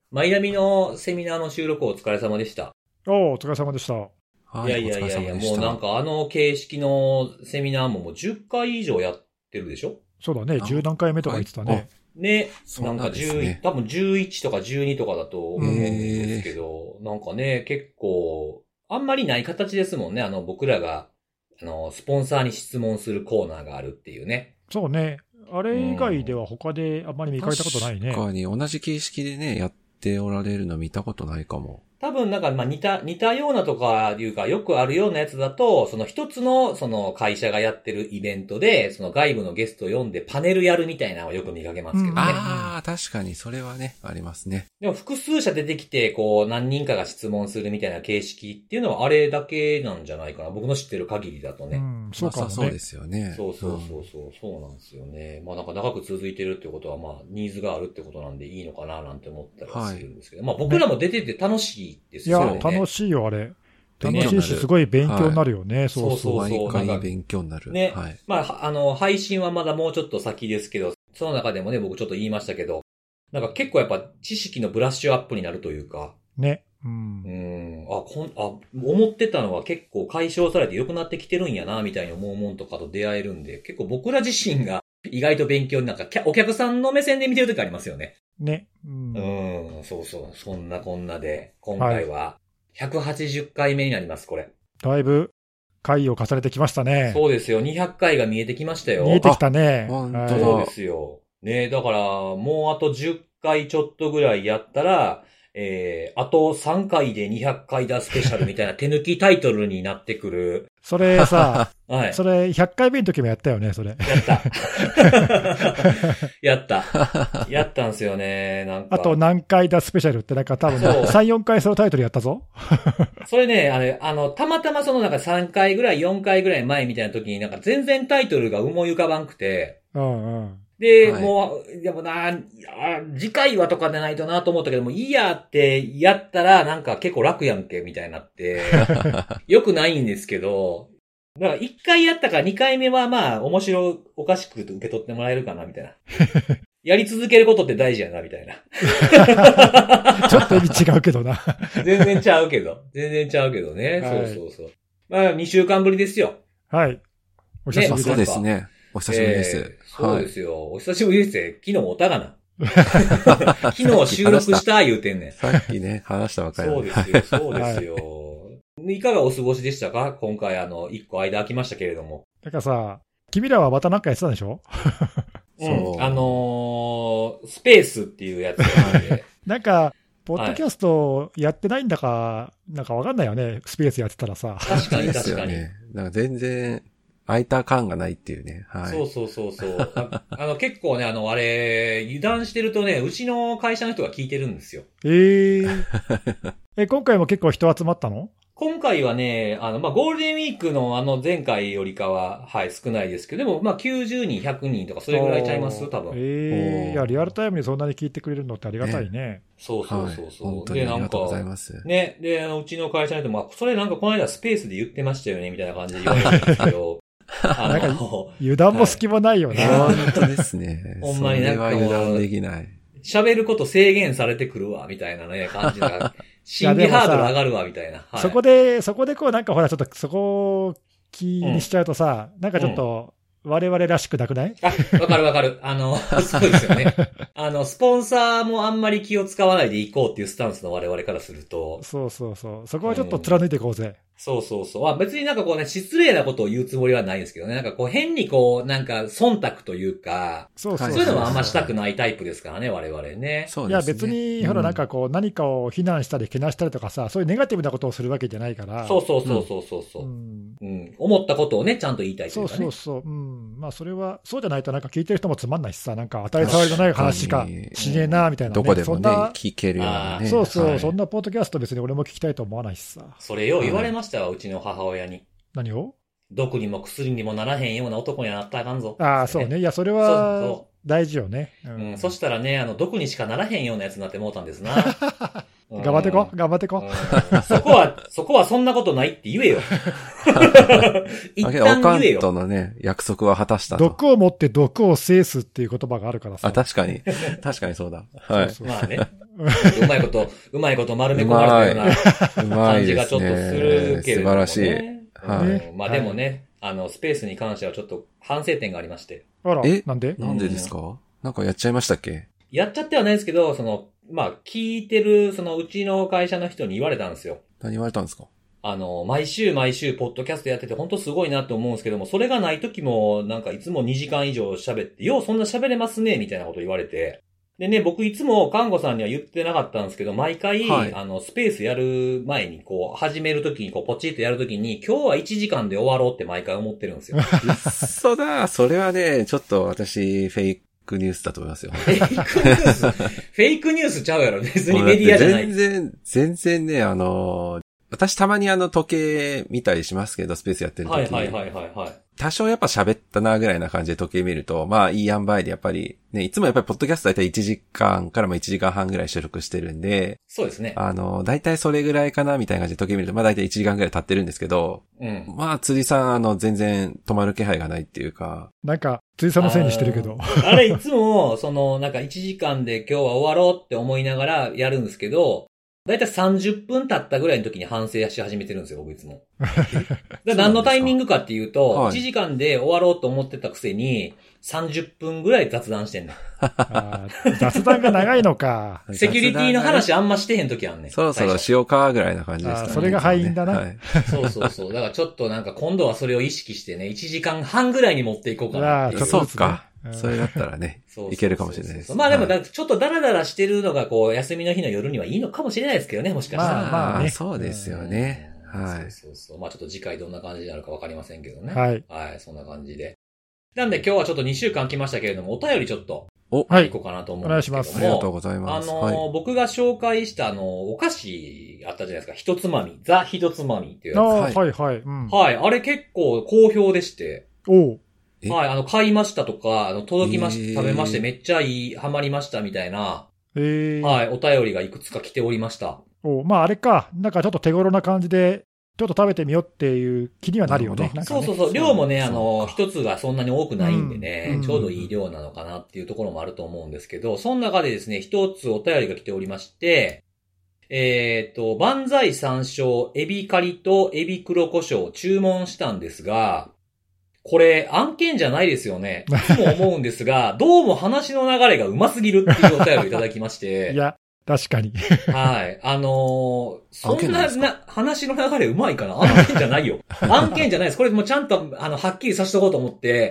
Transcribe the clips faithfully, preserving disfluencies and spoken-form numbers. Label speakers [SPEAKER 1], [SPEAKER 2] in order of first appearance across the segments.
[SPEAKER 1] マイナビのセミナーの収録お疲れ様でした。
[SPEAKER 2] おお、お疲れ様でした。
[SPEAKER 1] はい、いやいやいやいや、もうなんかあの形式のセミナーももうじゅっかい以上やってるでしょ？
[SPEAKER 2] そうだね、じゅう何回目とか言ってたね。
[SPEAKER 1] ね、なんかじゅう、ね、多分じゅういちとかじゅうにとかだと思うんですけど、なんかね、結構、あんまりない形ですもんね。あの、僕らが、あの、スポンサーに質問するコーナーがあるっていうね。
[SPEAKER 2] そうね。あれ以外では他であんまり見かけたことないね。
[SPEAKER 3] 確かに同じ形式でね、やっておられるの見たことないかも。
[SPEAKER 1] 多分なんかまあ似た、似たようなとかいうかよくあるようなやつだと、その一つのその会社がやってるイベントで、その外部のゲストを呼んでパネルやるみたいなのをよく見かけますけどね。うん、
[SPEAKER 3] ああ、確かにそれはね、ありますね。
[SPEAKER 1] でも複数社出てきて、こう何人かが質問するみたいな形式っていうのはあれだけなんじゃないかな。僕の知ってる限りだとね。
[SPEAKER 2] うん、そうかもね。
[SPEAKER 3] そうですよね。
[SPEAKER 1] そうそうそうそう、うん、そうなんですよね。まあなんか長く続いてるってことはまあニーズがあるってことなんでいいのかななんて思ったりするんですけど、はい、まあ僕らも出てて楽しいですよね。
[SPEAKER 2] いや、楽しいよ、あれ。楽しいし、すごい勉強になるよね。はい、そうそう
[SPEAKER 3] そう。毎回勉強になる。
[SPEAKER 1] ね。はい。まあ、あの、配信はまだもうちょっと先ですけど、その中でもね、僕ちょっと言いましたけど、なんか結構やっぱ知識のブラッシュアップになるというか。
[SPEAKER 2] ね。うん。
[SPEAKER 1] うん。あ、こん、あ、思ってたのは結構解消されて良くなってきてるんやな、みたいに思うもんとかと出会えるんで、結構僕ら自身が意外と勉強になんか、お客さんの目線で見てるときありますよね。
[SPEAKER 2] ね。
[SPEAKER 1] うん。うん、そうそう。そんなこんなで、今回は、はいひゃくはちじゅっかいめになります、これ。
[SPEAKER 2] だいぶ回を重ねてきましたね。
[SPEAKER 1] そうですよ。にひゃっかいが見えてきましたよ。
[SPEAKER 2] 見えてきたね。
[SPEAKER 3] 本当だ。
[SPEAKER 1] そうですよ。ねだから、もうあとじゅっかいちょっとぐらいやったら、えー、あとさんかいでにひゃっかいだスペシャルみたいな手抜きタイトルになってくる。
[SPEAKER 2] それさ、
[SPEAKER 1] はい。
[SPEAKER 2] それひゃっかいめの時もやったよね、それ。
[SPEAKER 1] やった。やった。やったんすよね、なんか。
[SPEAKER 2] あと何回だスペシャルってなんか多分、ね、さん、よんかいそのタイトルやったぞ。
[SPEAKER 1] それね、あれ、あの、たまたまそのなんかさんかいぐらい、よんかいぐらい前みたいな時になんか全然タイトルが思い浮かばんくて。
[SPEAKER 2] うんうん。
[SPEAKER 1] で、はい、もう、でもな、次回はとかでないとなと思ったけども、いいやってやったら、なんか結構楽やんけ、みたいになって、よくないんですけど、だからいっかいやったからにかいめはまあ、面白おかしく受け取ってもらえるかな、みたいな。やり続けることって大事やな、みたいな。
[SPEAKER 2] ちょっと意味違うけどな。
[SPEAKER 1] 全然ちゃうけど。全然ちゃうけどね。はい、そうそうそう。まあ、にしゅうかんぶりですよ。
[SPEAKER 2] はい。お久しぶりです。
[SPEAKER 3] そうですね。お久しぶりです。えー、
[SPEAKER 1] そうですよ、はい。お久しぶりですよ。昨日おたがな。昨日収録した言うてんねん。
[SPEAKER 3] さっきね、話したばかり。
[SPEAKER 1] そうですよ、そうですよ。はい、いかがお過ごしでしたか？今回あの、一個間空きましたけれども。
[SPEAKER 2] だからさ、君らはまたなんかやってたんでしょ？
[SPEAKER 1] そう。うん、あのー、スペースっていうやつなんで。
[SPEAKER 2] なんか、ポッドキャストやってないんだか、はい、なんかわかんないよね。スペースやってたらさ。
[SPEAKER 1] 確かに確かに。
[SPEAKER 3] ね、なんか全然、空いた感がないっていうね。はい。
[SPEAKER 1] そうそうそうそう。あ, あの結構ね、あの、あれ、油断してるとね、うちの会社の人が聞いてるんですよ。
[SPEAKER 2] えー、え、今回も結構人集まったの？
[SPEAKER 1] 今回はね、あの、まあ、ゴールデンウィークのあの前回よりかは、はい、少ないですけど、でも、まあ、きゅうじゅうにん、ひゃくにんとかそれぐらいちゃいます多分。
[SPEAKER 2] ええー、いや、リアルタイムにそんなに聞いてくれるのってありがたいね。ね
[SPEAKER 1] そうそうそうそう。
[SPEAKER 3] はい、本当にありがとうございます。
[SPEAKER 1] ね、で、あの、うちの会社の人も、まあ、それなんかこの間スペースで言ってましたよね、みたいな感じで言われるんですけど。
[SPEAKER 2] あなんか、油断も隙もないよね。
[SPEAKER 3] はい、本当ですね。
[SPEAKER 1] ほんまになんか。
[SPEAKER 3] それは油断できない。
[SPEAKER 1] 喋ること制限されてくるわ、みたいなね、感じが。心理ハードル上がるわ、みたいな。
[SPEAKER 2] はい、そこで、そこでこうなんかほら、ちょっとそこを気にしちゃうとさ、うん、なんかちょっと、我々らしくなくない？
[SPEAKER 1] あ、わかるわかる。あの、そうですよね。あの、スポンサーもあんまり気を使わないでいこうっていうスタンスの我々からすると。
[SPEAKER 2] そうそうそう。そこはちょっと貫いていこうぜ。うん、
[SPEAKER 1] そうそうそう。あ、別になんかこうね、失礼なことを言うつもりはないんですけどね。なんかこう変にこう、なんか忖度というか、
[SPEAKER 2] そうそうそう。
[SPEAKER 1] そういうのもあんましたくないタイプですからね、我々ね。
[SPEAKER 2] そうですね。いや別に、ほらなんかこう、何かを非難したりけなしたりとかさ、そういうネガティブなことをするわけじゃないから。
[SPEAKER 1] そうそうそうそうそうそう、うんうん。思ったことをね、ちゃんと言いたいというかね。
[SPEAKER 2] そうそうそう。うん。まあそれは、そうじゃないとなんか聞いてる人もつまんないしさ、なんか当たり障りのない話しかしねえな、みたいな、ね。
[SPEAKER 3] どこでもね、聞けるようなね。
[SPEAKER 2] そうそう、はい、そんなポッドキャスト別に俺も聞きたいと思わないしさ。
[SPEAKER 1] それよう言われましたわ、はい、うちの母親に。
[SPEAKER 2] 何を？
[SPEAKER 1] 毒にも薬にもならへんような男にはなったらあかんぞ。
[SPEAKER 2] ああ、そうね。いや、それは大事よね。
[SPEAKER 1] うん。うん、そしたらね、あの、毒にしかならへんようなやつになってもうたんですな。
[SPEAKER 2] 頑張ってこ、頑張ってこ。
[SPEAKER 1] そこは、そこはそんなことないって言えよ。一
[SPEAKER 3] だけど、お
[SPEAKER 1] 旦
[SPEAKER 3] かん
[SPEAKER 1] 言えよ。
[SPEAKER 3] とのね、約束は果たしたと。
[SPEAKER 2] 毒を持って毒を制すっていう言葉があるからさ。
[SPEAKER 3] あ、確かに。確かにそうだ。はい。
[SPEAKER 2] そうそう
[SPEAKER 1] まあね。うまいこと、うまいこと丸め込まれたような感じがちょっとするけれども、ね。
[SPEAKER 3] 素晴らしい。はい。
[SPEAKER 1] うん、まあでもね、はい、あの、スペースに関してはちょっと反省点がありまして。
[SPEAKER 2] あら、
[SPEAKER 3] え
[SPEAKER 2] なんで
[SPEAKER 3] なんでですか、うん、なんかやっちゃいましたっけ？
[SPEAKER 1] やっちゃってはないですけど、その、まあ、聞いてる、そのうちの会社の人に言われたんですよ。
[SPEAKER 3] 何言われたんですか？
[SPEAKER 1] あの、毎週毎週、ポッドキャストやってて、本当すごいなって思うんですけども、それがない時も、なんかいつもにじかん以上喋って、ようそんな喋れますね、みたいなこと言われて。でね、僕いつも看護さんには言ってなかったんですけど、毎回、はい、あの、スペースやる前に、こう、始める時に、こう、ポチッとやる時に、今日はいちじかんで終わろうって毎回思ってるんですよ。
[SPEAKER 3] そうだ、それはね、ちょっと私、フェイク、フェイクニュースだと思いますよ。
[SPEAKER 1] フェイクニュースフェイクニュースちゃうやろ。別にメディアじゃない。
[SPEAKER 3] 全然、全然ね、あの、私たまにあの時計見たりしますけど、スペースやってる時に。
[SPEAKER 1] はいはいはいはいはい。
[SPEAKER 3] 多少やっぱ喋ったなぐらいな感じで時計見ると、まあいい塩梅でやっぱり、ね、いつもやっぱりポッドキャストだいたいいちじかんからもいちじかんはんぐらい収録してるんで、
[SPEAKER 1] そうですね。
[SPEAKER 3] あの、だいたいそれぐらいかなみたいな感じで時計見ると、まあだいたいいちじかんぐらい経ってるんですけど、
[SPEAKER 1] うん。
[SPEAKER 3] まあ辻さん、あの、全然止まる気配がないっていうか。
[SPEAKER 2] なんか、辻さんのせいにしてるけど。
[SPEAKER 1] あ, あれいつも、その、なんかいちじかんで今日は終わろうって思いながらやるんですけど、だいたいさんじゅっぷん経ったぐらいの時に反省し始めてるんですよ、僕いつも。だ何のタイミングかっていうと、はい、いちじかんで終わろうと思ってたくせに、さんじゅっぷんぐらい雑談してんねん。
[SPEAKER 2] あ雑談が長いのか。
[SPEAKER 1] セキュリティの話あんましてへん時あんねん。
[SPEAKER 3] そろそろしようかぐらいな感じですかね。
[SPEAKER 2] それが敗因だな、
[SPEAKER 3] はい。
[SPEAKER 1] そうそうそう。だからちょっとなんか今度はそれを意識してね、いちじかんはんぐらいに持っていこうかなっていう。
[SPEAKER 3] そうか。それだったらね、いけるかもしれないです。
[SPEAKER 1] まあでも、ちょっとダラダラしてるのが、こう、休みの日の夜にはいいのかもしれないですけどね、もしかしたら。
[SPEAKER 3] まあまあね。そうですよね。はい。
[SPEAKER 1] そうそうそう。まあちょっと次回どんな感じになるかわかりませんけどね。
[SPEAKER 2] はい。
[SPEAKER 1] はい、そんな感じで。なんで今日はちょっとにしゅうかん来ましたけれども、お便りちょっと、
[SPEAKER 3] お、
[SPEAKER 1] はい。行こうかなと思うんですけども。お願いします。
[SPEAKER 3] ありがとうございます。
[SPEAKER 1] あの、はい、僕が紹介したあの、お菓子あったじゃないですか。ひとつまみ。ザ・ひとつまみっていうやつ。
[SPEAKER 2] ああ、はいはいはい、うん。
[SPEAKER 1] はい。あれ結構好評でして。
[SPEAKER 2] おう。
[SPEAKER 1] はい、あの、買いましたとか、あの、届きまし、食べましてめっちゃいい、ハマりましたみたいな、
[SPEAKER 2] えー、
[SPEAKER 1] はい、お便りがいくつか来ておりました。
[SPEAKER 2] おまああれか、なんかちょっと手頃な感じで、ちょっと食べてみようっていう気にはなるよね。なんかね
[SPEAKER 1] そうそうそう、量もね、あの、一つがそんなに多くないんでね、うん、ちょうどいい量なのかなっていうところもあると思うんですけど、その中でですね、一つお便りが来ておりまして、えっと、万歳山椒、エビカリとエビ黒胡椒注文したんですが、これ、案件じゃないですよね。いつも思うんですが、どうも話の流れが上手すぎるっていうお便りをいただきまして。
[SPEAKER 2] いや、確かに。
[SPEAKER 1] はい。あのー、そんな、な、話の流れ上手いかな案件じゃないよ。案件じゃないです。これもうちゃんと、あの、はっきりさせとこうと思って、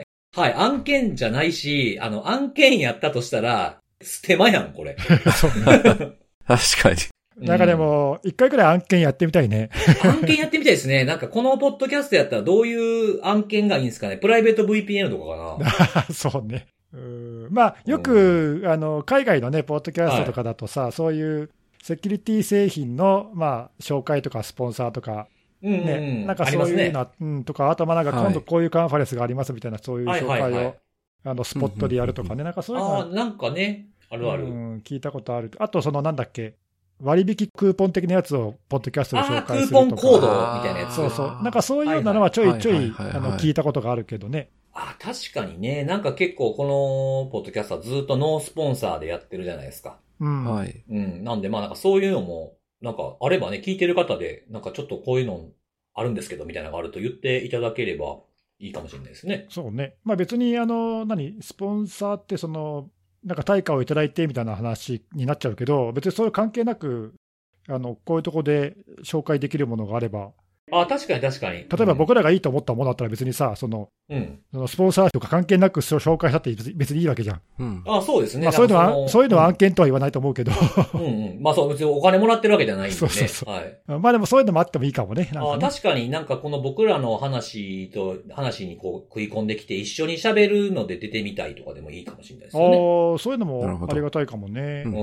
[SPEAKER 1] はい。案件じゃないし、あの、案件やったとしたら、ステマやん、これ。
[SPEAKER 3] 確かに。
[SPEAKER 2] なんかでも、一回くらい案件やってみたいね。
[SPEAKER 1] 案件やってみたいですね。なんかこのポッドキャストやったらどういう案件がいいんですかね。プライベート ブイピーエヌ とかか
[SPEAKER 2] な。そうね。うまあ、よく、あの、海外のね、ポッドキャストとかだとさ、はい、そういうセキュリティ製品の、まあ、紹介とかスポンサーとか、
[SPEAKER 1] うんうんうん、
[SPEAKER 2] ね、なんかそういうの、ね、うん、とか、あとまあなんか今度こういうカンファレンスがありますみたいな、そういう紹介を、はいはいはい、あの、スポットでやるとかね、なんかそういうの。
[SPEAKER 1] ああ、なんかね、あるある。
[SPEAKER 2] うん、聞いたことある。あと、そのなんだっけ、割引クーポン的なやつをポッドキャストで紹介するとか。
[SPEAKER 1] あー、クーポンコードみたいなやつ。
[SPEAKER 2] そうそう。なんかそういうのはちょいちょい、あの、聞いたことがあるけどね。
[SPEAKER 1] あ、確かにね。なんか結構このポッドキャストはずっとノースポンサーでやってるじゃないですか。
[SPEAKER 2] うん。
[SPEAKER 3] はい。
[SPEAKER 1] うん。なんでまあなんかそういうのも、なんかあればね、聞いてる方で、なんかちょっとこういうのあるんですけどみたいなのがあると言っていただければいいかもしれないですね。
[SPEAKER 2] そうね。まあ別にあの、何、スポンサーってその、なんか対価をいただいてみたいな話になっちゃうけど、別にそれ関係なく、あの、こういうところで紹介できるものがあれば。
[SPEAKER 1] あ、確かに確かに。
[SPEAKER 2] 例えば僕らがいいと思ったものだったら別にさ、その、
[SPEAKER 1] うん、
[SPEAKER 2] そのスポンサーとか関係なく紹介したって別にいいわけじゃん。
[SPEAKER 3] うん、
[SPEAKER 1] あ、そうですね。
[SPEAKER 2] まあそういうのは、そういうのは案件とは言わないと思うけど。
[SPEAKER 1] うんうん。まあそう、別にお金もらってるわけじゃないんでね。
[SPEAKER 2] そうそうそう。
[SPEAKER 1] はい。
[SPEAKER 2] まあでもそういうのもあってもいいかもね。
[SPEAKER 1] なんかねあ、確かになんかこの僕らの話と、話にこう食い込んできて一緒に喋るので出てみたいとかでもいいかもしれないですよね。
[SPEAKER 2] ああ、そういうのもありがたいかもね。
[SPEAKER 1] うん、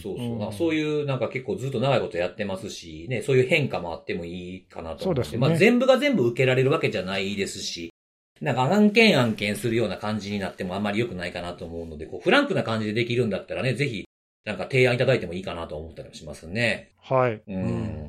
[SPEAKER 1] そうそう、うん。そういうなんか結構ずっと長いことやってますし、ね、そういう変化もあってもいいかなと思って。そうですね。まあ全部が全部受けられるわけじゃないですし、なんか案件案件するような感じになってもあんまり良くないかなと思うので、こうフランクな感じでできるんだったらね、ぜひなんか提案いただいてもいいかなと思ったりもしますね。
[SPEAKER 2] はい。
[SPEAKER 1] うん。うん、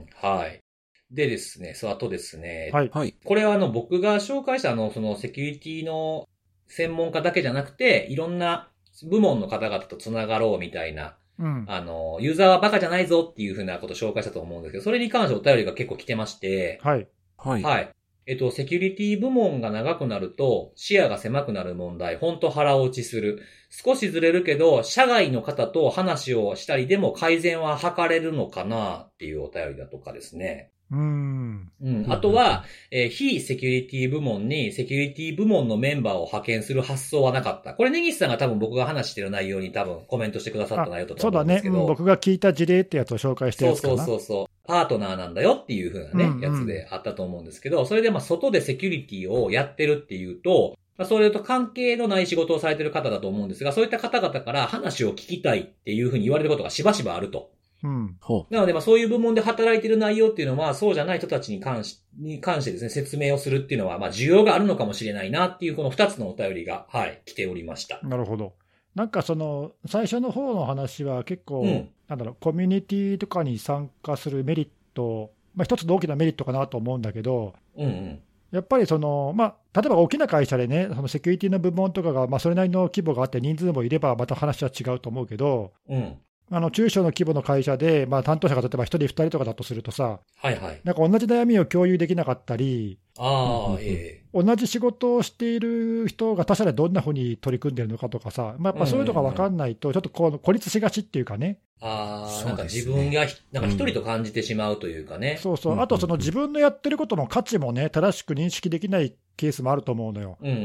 [SPEAKER 1] はい。でですね、そう、あとですね。
[SPEAKER 2] はい。
[SPEAKER 3] はい。
[SPEAKER 1] これはあの、僕が紹介したあの、そのセキュリティの専門家だけじゃなくて、いろんな部門の方々とつながろうみたいな、
[SPEAKER 2] うん、
[SPEAKER 1] あの、ユーザーはバカじゃないぞっていうふうなことを紹介したと思うんですけど、それに関してお便りが結構来てまして、
[SPEAKER 2] はい。
[SPEAKER 3] はい。
[SPEAKER 1] はい。えっと、セキュリティ部門が長くなると、視野が狭くなる問題、ほんと腹落ちする。少しずれるけど、社外の方と話をしたりでも改善は図れるのかなっていうお便りだとかですね。
[SPEAKER 2] うーん。
[SPEAKER 1] うん。あとは、えー非セキュリティ部門にセキュリティ部門のメンバーを派遣する発想はなかった。これ、根岸さんが多分僕が話してる内容に多分コメントしてくださった内容だと
[SPEAKER 2] そうだね、
[SPEAKER 1] 思うんですけど。
[SPEAKER 2] うん。僕が聞いた事例ってやつを紹介してる
[SPEAKER 1] そう
[SPEAKER 2] やつかな。
[SPEAKER 1] そうそうそう。パートナーなんだよっていう風なね、
[SPEAKER 2] うんうん
[SPEAKER 1] やつであったと思うんですけど、それでまあ外でセキュリティをやってるっていうと、まあ、それと関係のない仕事をされてる方だと思うんですが、そういった方々から話を聞きたいっていう風に言われることがしばしばあると。
[SPEAKER 2] うん。
[SPEAKER 3] ほ
[SPEAKER 1] なので、まあそういう部門で働いている内容っていうのは、そうじゃない人たちに関し、に関してですね、説明をするっていうのは、まあ需要があるのかもしれないなっていう、この二つのお便りが、はい、来ておりました。
[SPEAKER 2] なるほど。なんかその、最初の方の話は結構、
[SPEAKER 1] うん、
[SPEAKER 2] なんだろう、コミュニティとかに参加するメリット、まあ一つの大きなメリットかなと思うんだけど、
[SPEAKER 1] うん、うん。
[SPEAKER 2] やっぱりその、まあ、例えば大きな会社でね、そのセキュリティの部門とかが、まあ、それなりの規模があって、人数もいれば、また話は違うと思うけど、
[SPEAKER 1] うん。
[SPEAKER 2] あの中小の規模の会社で、まあ、担当者が例えばひとり、ふたりとかだとするとさ、
[SPEAKER 1] はいはい。
[SPEAKER 2] なんか同じ悩みを共有できなかったり、
[SPEAKER 1] ああ、ええ
[SPEAKER 2] 同じ仕事をしている人が他社でどんなふうに取り組んでるのかとかさ、まあ、やっぱそういうのが分かんないと、ちょっとこう孤立しがちっていうかね。
[SPEAKER 1] ああ、
[SPEAKER 3] そうですね
[SPEAKER 1] なんか自分がひ、なんか一人と感じてしまうというかね。
[SPEAKER 2] そうそう、あとその自分のやってることの価値もね、正しく認識できないケースもあると思うのよ。
[SPEAKER 1] うんうんうんうん。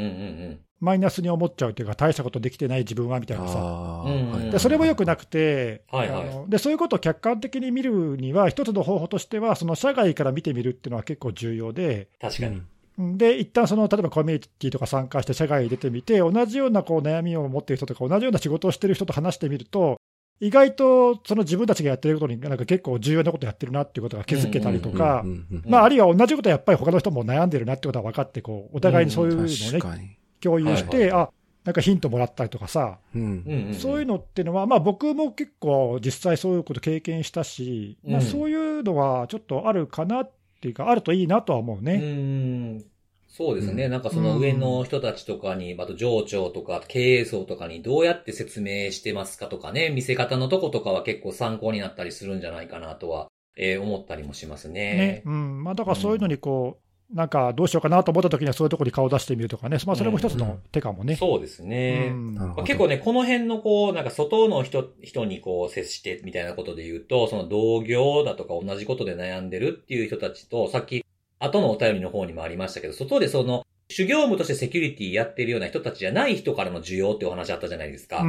[SPEAKER 2] マイナスに思っちゃうというか、大したことできてない自分はみたいなさ。
[SPEAKER 3] ああ、
[SPEAKER 1] うん
[SPEAKER 3] はい
[SPEAKER 2] でそれも良くなくて、
[SPEAKER 1] はいはい
[SPEAKER 2] あので、そういうことを客観的に見るには、一つの方法としては、その社外から見てみるっていうのは結構重要で、
[SPEAKER 1] 確かに。
[SPEAKER 2] で、一旦その例えばコミュニティとか参加して、社外に出てみて、同じようなこう悩みを持っている人とか、同じような仕事をしている人と話してみると、意外とその自分たちがやってることに、なんか結構重要なことやってるなっていうことが気づけたりとか、まあ、あるいは同じことやっぱり他の人も悩んでるなってことが分かってこう、お互いにそういうのをね、共有して、あなんかヒントもらったりとかさ、そういうのっていうのは、まあ、僕も結構、実際そういうこと経験したし、まあ、そういうのはちょっとあるかなっていうか、あるといいなとは思うね。
[SPEAKER 1] うんそうですね、うん。なんかその上の人たちとかに、あと上長とか経営層とかにどうやって説明してますかとかね、見せ方のとことかは結構参考になったりするんじゃないかなとは、えー、思ったりもしますね。
[SPEAKER 2] ね、うんまあ、だからそういうのにこう、うん、なんかどうしようかなと思ったときには、そういうところに顔を出してみるとかね、まあ、それも一つの手かもね。
[SPEAKER 1] うん、そうですね、
[SPEAKER 2] うん
[SPEAKER 1] まあ、結構ね、この辺のこう、なんか外の人、人にこう接してみたいなことで言うと、その同業だとか同じことで悩んでるっていう人たちと、さっき、後のお便りの方にもありましたけど、外でその、主業務としてセキュリティやってるような人たちじゃない人からの需要ってお話あったじゃないですか。
[SPEAKER 2] うんうん、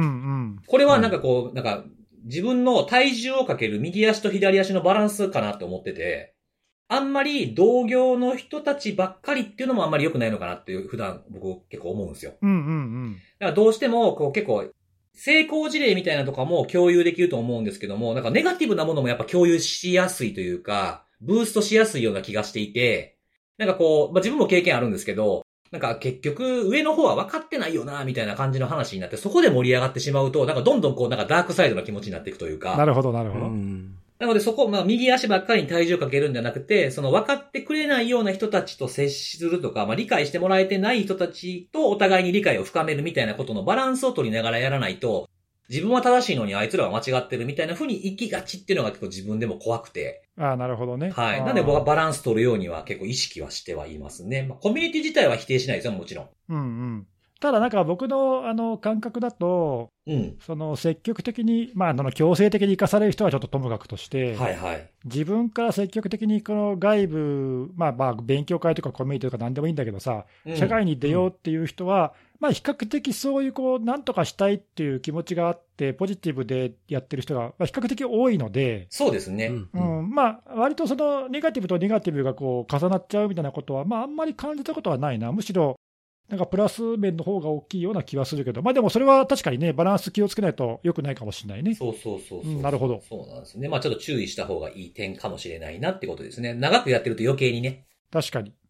[SPEAKER 1] これはなんかこう、なんか、自分の体重をかける右足と左足のバランスかなって思ってて、あんまり同業の人たちばっかりっていうのもあんまり良くないのかなっていう普段僕結構思うんですよ。
[SPEAKER 2] うんうんうん。
[SPEAKER 1] だからどうしてもこう結構成功事例みたいなとかも共有できると思うんですけども、なんかネガティブなものもやっぱ共有しやすいというか、ブーストしやすいような気がしていて、なんかこう、まあ、自分も経験あるんですけど、なんか結局上の方は分かってないよなみたいな感じの話になって、そこで盛り上がってしまうと、なんかどんどんこうなんかダークサイドな気持ちになっていくというか。
[SPEAKER 2] なるほどなるほど。
[SPEAKER 1] なのでそこ、まあ右足ばっかりに体重をかけるんじゃなくて、その分かってくれないような人たちと接するとか、まあ理解してもらえてない人たちとお互いに理解を深めるみたいなことのバランスを取りながらやらないと、自分は正しいのにあいつらは間違ってるみたいな風に生きがちっていうのが結構自分でも怖くて。
[SPEAKER 2] ああ、なるほどね。
[SPEAKER 1] はい。なんで僕はバランス取るようには結構意識はしてはいますね。まあ、コミュニティ自体は否定しないですよ、もちろん。
[SPEAKER 2] うんうん。ただなんか僕のあの感覚だと、うん、その積極的に、まあ、あの強制的に生かされる人はちょっとともかくとして、
[SPEAKER 1] はいはい、
[SPEAKER 2] 自分から積極的にこの外部、まあ、まあ勉強会とかコミュニティとか何でもいいんだけどさ、うん、社会に出ようっていう人は、うん、まあ、比較的そういうこうなんとかしたいっていう気持ちがあって、ポジティブでやってる人が比較的多いので、
[SPEAKER 1] そうですね、
[SPEAKER 2] うんうん、まあ割とそのネガティブとネガティブがこう重なっちゃうみたいなことは、まあ、あんまり感じたことはないな、むしろ。なんかプラス面の方が大きいような気はするけど、まあでもそれは確かにね、バランス気をつけないと良くないかもしれないね。
[SPEAKER 1] そうそうそうそう、
[SPEAKER 2] うん。なるほど。
[SPEAKER 1] そうなんですね。まあちょっと注意した方がいい点かもしれないなってことですね。長くやってると余計にね。
[SPEAKER 2] 確かに。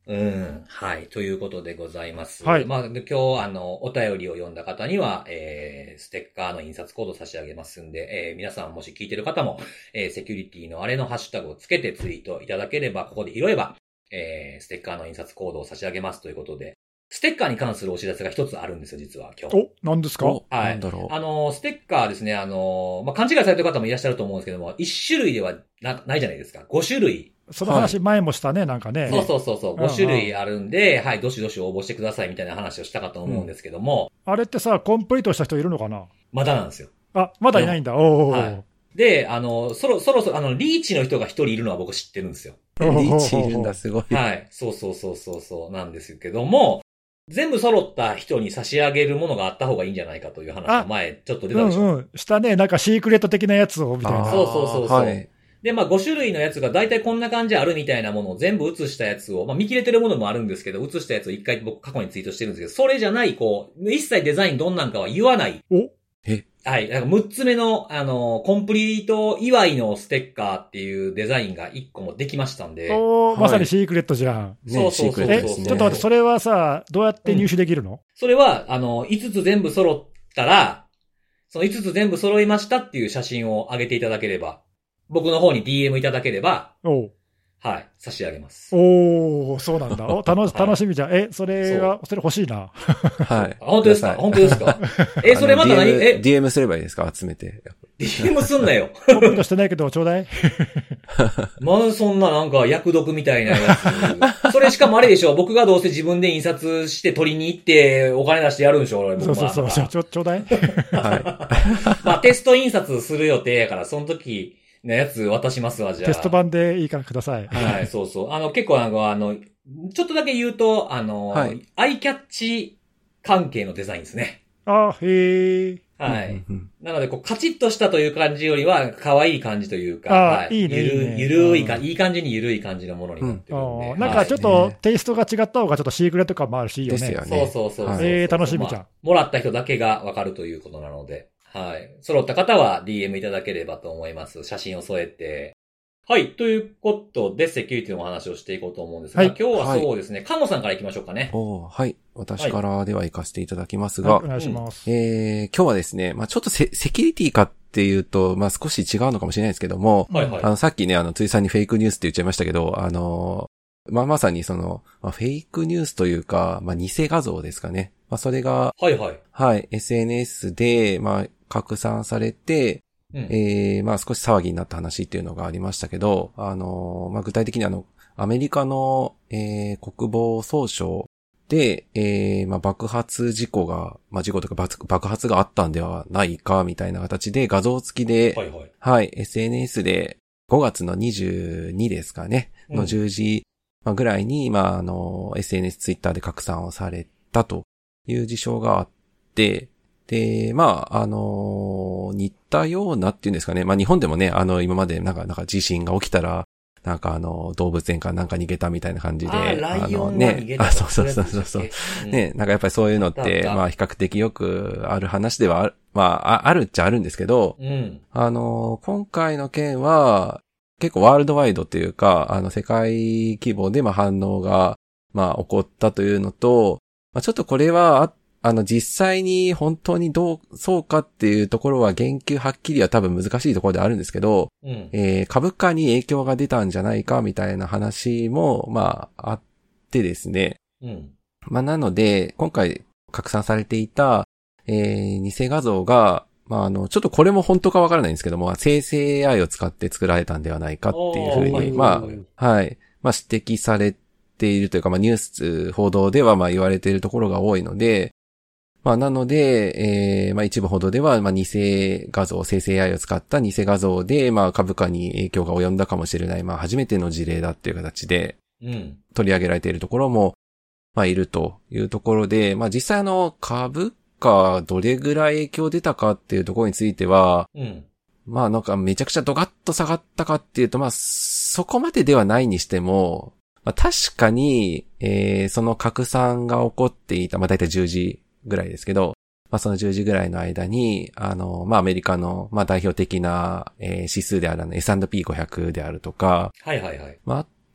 [SPEAKER 1] うん。はい。ということでございます。
[SPEAKER 2] はい。
[SPEAKER 1] まあ、今日、あの、お便りを読んだ方には、えー、ステッカーの印刷コードを差し上げますんで、えー、皆さんもし聞いてる方も、えー、セキュリティのあれのハッシュタグをつけてツイートいただければ、ここで拾えば、えー、ステッカーの印刷コードを差し上げますということで、ステッカーに関するお知らせが一つあるんですよ、実は、今日。
[SPEAKER 2] お、何ですか？
[SPEAKER 3] はい。
[SPEAKER 1] なんだろう。あの、ステッカーですね、あの、まあ、勘違いされてる方もいらっしゃると思うんですけども、一種類ではな、ないじゃないですか。ご種類。
[SPEAKER 2] その話前もしたね、はい、なんかね。
[SPEAKER 1] そうそうそうそう。ご種類あるんで、うんうん、はい、どしどし応募してくださいみたいな話をしたかと思うんですけども。
[SPEAKER 2] うん、あれってさ、コンプリートした人いるのかな？
[SPEAKER 1] まだなんですよ。
[SPEAKER 2] あ、まだいないんだ。おー。はい。
[SPEAKER 1] で、あの、そろ、そろそろ、あの、リーチの人が一人いるのは僕知ってるんですよ。
[SPEAKER 3] リーチいるんだ、すごい。
[SPEAKER 1] はい。そうそうそうそうそうなんですけども、全部揃った人に差し上げるものがあった方がいいんじゃないかという話が前ちょっと出たでしょ。
[SPEAKER 2] うんうん。したね、なんかシークレット的なやつをみたいな。
[SPEAKER 1] そうそうそうそう。はい、で、まあご種類のやつが大体こんな感じあるみたいなものを全部写したやつを、まあ見切れてるものもあるんですけど、写したやつを一回僕過去にツイートしてるんですけど、それじゃない、こう、一切デザインどんなんかは言わない。
[SPEAKER 2] お
[SPEAKER 3] え
[SPEAKER 1] はい。なんかむっつめの、あの、コンプリート祝いのステッカーっていうデザインがいっこもできましたんで。
[SPEAKER 2] おー、はい、まさにシークレットじゃん。
[SPEAKER 1] ね、そうそうそうそう。
[SPEAKER 2] え、ちょっと待って、それはさ、どうやって入手できるの？うん、
[SPEAKER 1] それは、あの、いつつ全部揃ったら、そのいつつ全部揃いましたっていう写真を上げていただければ、僕の方に ディーエム いただければ、
[SPEAKER 2] おう。
[SPEAKER 1] はい、差し上げます。
[SPEAKER 2] おー、そうなんだ。お、楽し、楽しみじゃん。え、それは、それ欲しいな。
[SPEAKER 3] はい。
[SPEAKER 1] 本当ですか？本当ですか？え、それまた何？え
[SPEAKER 3] ディーエム すればいいですか？集めて。
[SPEAKER 1] ディーエム すんなよ。
[SPEAKER 2] コメントしてないけど、ちょうだい。
[SPEAKER 1] まあ、そんななんか、役読みたいなやつ。それしかもあれでしょ。僕がどうせ自分で印刷して取りに行って、お金出してやるんでしょ、俺。
[SPEAKER 2] そうそうそう。ちょ、ちょうだい。
[SPEAKER 3] はい。
[SPEAKER 1] まあ、テスト印刷する予定やから、その時、のやつ渡しますわ、じゃあ。
[SPEAKER 2] テスト版でいいからください。
[SPEAKER 1] はい、そうそう。あの、結構あの、あの、ちょっとだけ言うと、あの、はい、アイキャッチ関係のデザインですね。
[SPEAKER 2] あ、へえ。
[SPEAKER 1] はい。なので、こう、カチッとしたという感じよりは、可愛い感じというか、
[SPEAKER 2] はい。いいね。
[SPEAKER 1] ゆる、ゆるいか、いい感じにゆるい感じのものになってるんで。
[SPEAKER 2] うん、なんかちょっと、テイストが違った方がちょっとシークレット感もあるしいいよね。
[SPEAKER 3] ですよね。
[SPEAKER 1] そうそうそうそう。
[SPEAKER 2] えー、楽しみじゃん、まあ。
[SPEAKER 1] もらった人だけがわかるということなので。はい。揃った方は ディーエム いただければと思います。写真を添えて。はい。ということで、セキュリティのお話をしていこうと思うんですが、はい、今日はそうですね、菅野さんから行きましょうかね。
[SPEAKER 3] おはい。私からでは行かせていただきますが、
[SPEAKER 2] はい、お願いします。
[SPEAKER 3] えー、今日はですね、まあちょっとセ、セキュリティかっていうと、まあ少し違うのかもしれないですけども、
[SPEAKER 1] はいはい、
[SPEAKER 3] あの、さっきね、あの、ついさんにフェイクニュースって言っちゃいましたけど、あの、まあまさにその、まあ、フェイクニュースというか、まあ偽画像ですかね。まあそれが、
[SPEAKER 1] はいはい。
[SPEAKER 3] はい、エスエヌエス で、まあ拡散されて、うん、えー、まあ少し騒ぎになった話っていうのがありましたけど、あの、まあ具体的にあの、アメリカの、えー、国防総省で、えー、まあ爆発事故が、まあ事故とか爆発があったんではないか、みたいな形で画像付きで、はいはい。はい、エスエヌエス でごがつのにじゅうにですかね、のじゅうじぐらいに、まああの、エスエヌエス、ツイッターで拡散をされたという事象があって、で、まあ、あのー、似たようなっていうんですかね。まあ、日本でもね、あの、今までなんか、なんか地震が起きたら、なんかあの、動物園かなんか逃げたみたいな感じで。
[SPEAKER 1] あ、ライオンが逃げた。
[SPEAKER 3] ね、あ、そうそうそうそう。うん、ね、なんかやっぱりそういうのって、まあ、比較的よくある話ではある、まあ、あるっちゃあるんですけど、
[SPEAKER 1] うん、あ
[SPEAKER 3] のー、今回の件は、結構ワールドワイドっていうか、あの、世界規模でまあ反応が、まあ、起こったというのと、まあ、ちょっとこれは、あの、実際に本当にどう、そうかっていうところは言及はっきりは多分難しいところであるんですけど、うん、えー、株価に影響が出たんじゃないかみたいな話も、まあ、あってですね。
[SPEAKER 1] うん、
[SPEAKER 3] まあ、なので、今回拡散されていた、えー、偽画像が、まあ、あの、ちょっとこれも本当かわからないんですけども、生成 エーアイ を使って作られたんではないかっていうふうに、まあ、はい、まあ、指摘されているというか、まあ、ニュース、報道ではまあ言われているところが多いので、まあ、なので、えー、まあ、一部報道では、まあ、偽画像、生成 エーアイ を使った偽画像で、まあ、株価に影響が及んだかもしれない、まあ、初めての事例だっていう形で、取り上げられているところも、まあ、いるというところで、まあ、実際あの、株価、どれぐらい影響出たかっていうところについては、
[SPEAKER 1] うん、
[SPEAKER 3] まあ、なんかめちゃくちゃドガッと下がったかっていうと、まあ、そこまでではないにしても、まあ、確かに、えー、その拡散が起こっていた、まあ、だいたいじゅうじぐらいですけど、まあそのじゅうじぐらいの間に、あの、まあアメリカの、まあ代表的な、えー、指数であるあの エスアンドピーごひゃく であるとか、
[SPEAKER 1] はいはいはい。
[SPEAKER 3] まああ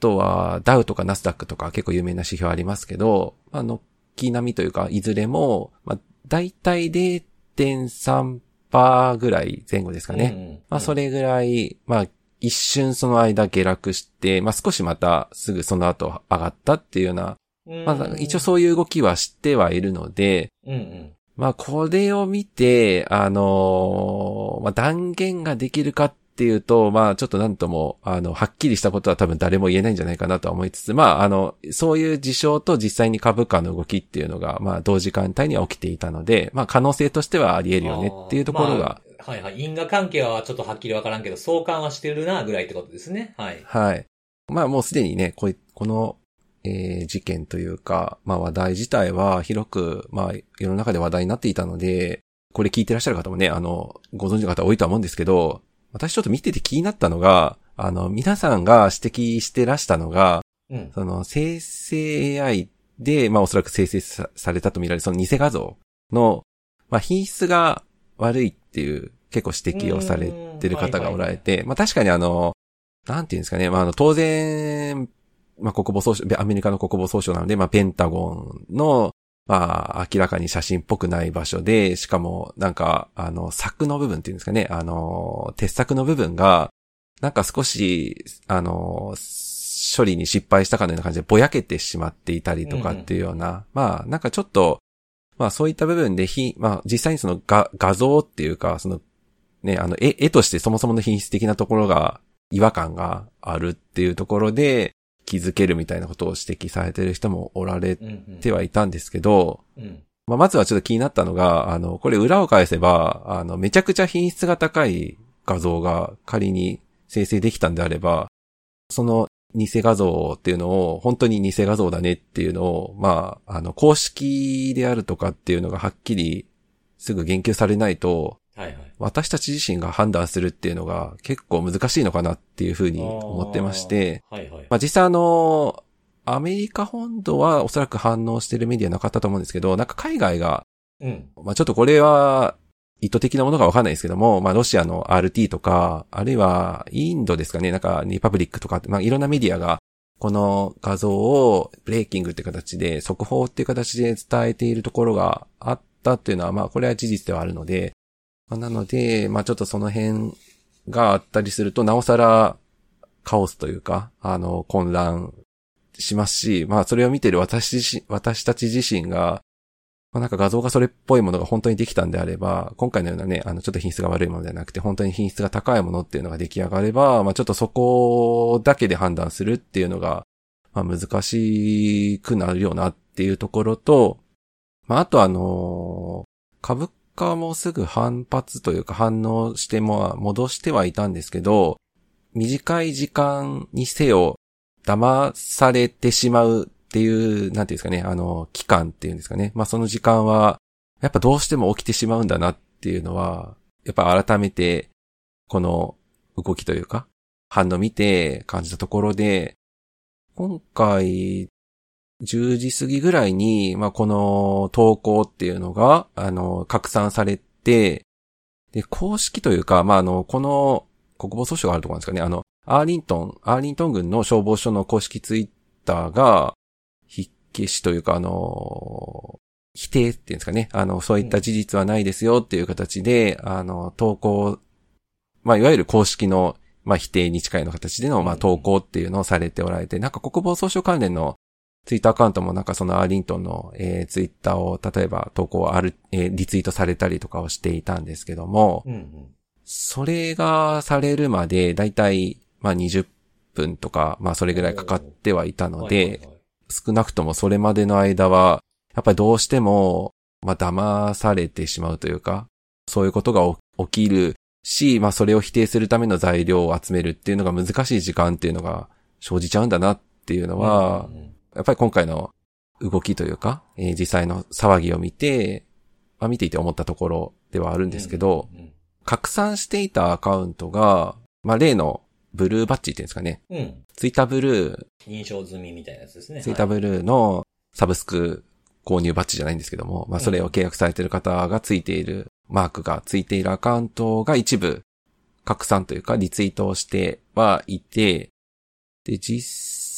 [SPEAKER 3] とは、ダウとかナスダックとか結構有名な指標ありますけど、まあ、軒並みというか、いずれも、まあ、だいたい れいてんさんパーセント ぐらい前後ですかね。うんうん、まあ、それぐらい、まあ、一瞬その間下落して、まあ、少しまたすぐその後上がったっていうような、まあ、一応そういう動きは知ってはいるので、うんうん、まあ、これを見て、あのー、まあ、断言ができるかっていうと、まあ、ちょっとなんとも、あの、はっきりしたことは多分誰も言えないんじゃないかなとは思いつつ、まあ、あの、そういう事象と実際に株価の動きっていうのが、まあ、同時間帯には起きていたので、まあ、可能性としてはあり得るよねっていうところが。
[SPEAKER 1] まあ、はいはい。因果関係はちょっとはっきりわからんけど、相関はしてるな、ぐらいってことですね。はい。
[SPEAKER 3] はい。まあ、もうすでにね、こい、この、えー、事件というか、まあ話題自体は広く、まあ世の中で話題になっていたので、これ聞いてらっしゃる方もね、あの、ご存知の方多いとは思うんですけど、私ちょっと見てて気になったのが、あの、皆さんが指摘してらしたのが、うん、その生成 エーアイ で、まあおそらく生成 さ, されたと見られるその偽画像の、まあ品質が悪いっていう結構指摘をされてる方がおられて、はいはいはい、まあ確かにあの、なんていうんですかね、まああの当然、まあ、国防総省、アメリカの国防総省なので、まあ、ペンタゴンの、まあ、明らかに写真っぽくない場所で、しかも、なんか、あの、柵の部分っていうんですかね、あの、鉄柵の部分が、なんか少し、あの、処理に失敗したかのような感じでぼやけてしまっていたりとかっていうような、うん、まあ、なんかちょっと、まあ、そういった部分で、ひ、まあ、実際にその画、画像っていうか、その、ね、あの、絵、絵としてそもそもの品質的なところが、違和感があるっていうところで、気づけるみたいなことを指摘されてる人もおられてはいたんですけど、うんうんまあ、まずはちょっと気になったのが、あの、これ裏を返せば、あの、めちゃくちゃ品質が高い画像が仮に生成できたんであれば、その偽画像っていうのを、本当に偽画像だねっていうのを、まあ、あの、公式であるとかっていうのがはっきりすぐ言及されないと、はいはい、私たち自身が判断するっていうのが結構難しいのかなっていうふうに思ってまして、はいはい、まあ実際あの、アメリカ本土はおそらく反応してるメディアなかったと思うんですけど、なんか海外が、うん、まあちょっとこれは意図的なものかわかんないですけども、まあロシアの アールティー とか、あるいはインドですかね、なんかリパブリックとか、まあいろんなメディアがこの画像をブレイキングって形で、速報っていう形で伝えているところがあったっていうのは、まあこれは事実ではあるので、なので、まあちょっとその辺があったりすると、なおさらカオスというか、あの、混乱しますし、まあそれを見てる私自身、私たち自身が、まあなんか画像がそれっぽいものが本当にできたんであれば、今回のようなね、あのちょっと品質が悪いものではなくて、本当に品質が高いものっていうのが出来上がれば、まあちょっとそこだけで判断するっていうのが、まあ難しくなるよなっていうところと、まああとあの、株価もすぐ反発というか反応しても戻してはいたんですけど、短い時間にせよ騙されてしまうっていう、なんていうんですかね、あの、期間っていうんですかね。まあその時間は、やっぱどうしても起きてしまうんだなっていうのは、やっぱ改めて、この動きというか、反応見て感じたところで、今回、じゅうじ過ぎぐらいに、まあ、この投稿っていうのが、あの、拡散されて、で、公式というか、まあ、あの、この国防総省があるところなんですかね、あの、アーリントン、アーリントン軍の消防署の公式ツイッターが、筆消しというか、あの、否定っていうんですかね、あの、そういった事実はないですよっていう形で、あの、投稿、まあ、いわゆる公式の、まあ、否定に近いような形での、まあ、投稿っていうのをされておられて、なんか国防総省関連のツイッターアカウントもなんかそのアーリントンの、えー、ツイッターを例えば投稿ある、えー、リツイートされたりとかをしていたんですけども、うんうん、それがされるまでだいたいまあにじゅっぷんとかまあそれぐらいかかってはいたので、はいはいはい、少なくともそれまでの間はやっぱりどうしてもまあ騙されてしまうというか、そういうことが起きるし、まあそれを否定するための材料を集めるっていうのが難しい時間っていうのが生じちゃうんだなっていうのは、うんうん、やっぱり今回の動きというか、えー、実際の騒ぎを見て、まあ、見ていて思ったところではあるんですけど、うんうん、拡散していたアカウントが、まあ、例のブルーバッジっていうんですかね。うん、ツイッターブルー。
[SPEAKER 1] 認証済みみたいなやつですね。
[SPEAKER 3] ツイッターブルーのサブスク購入バッジじゃないんですけども、まあ、それを契約されている方がついている、マークがついているアカウントが一部拡散というかリツイートをしてはいて、で、実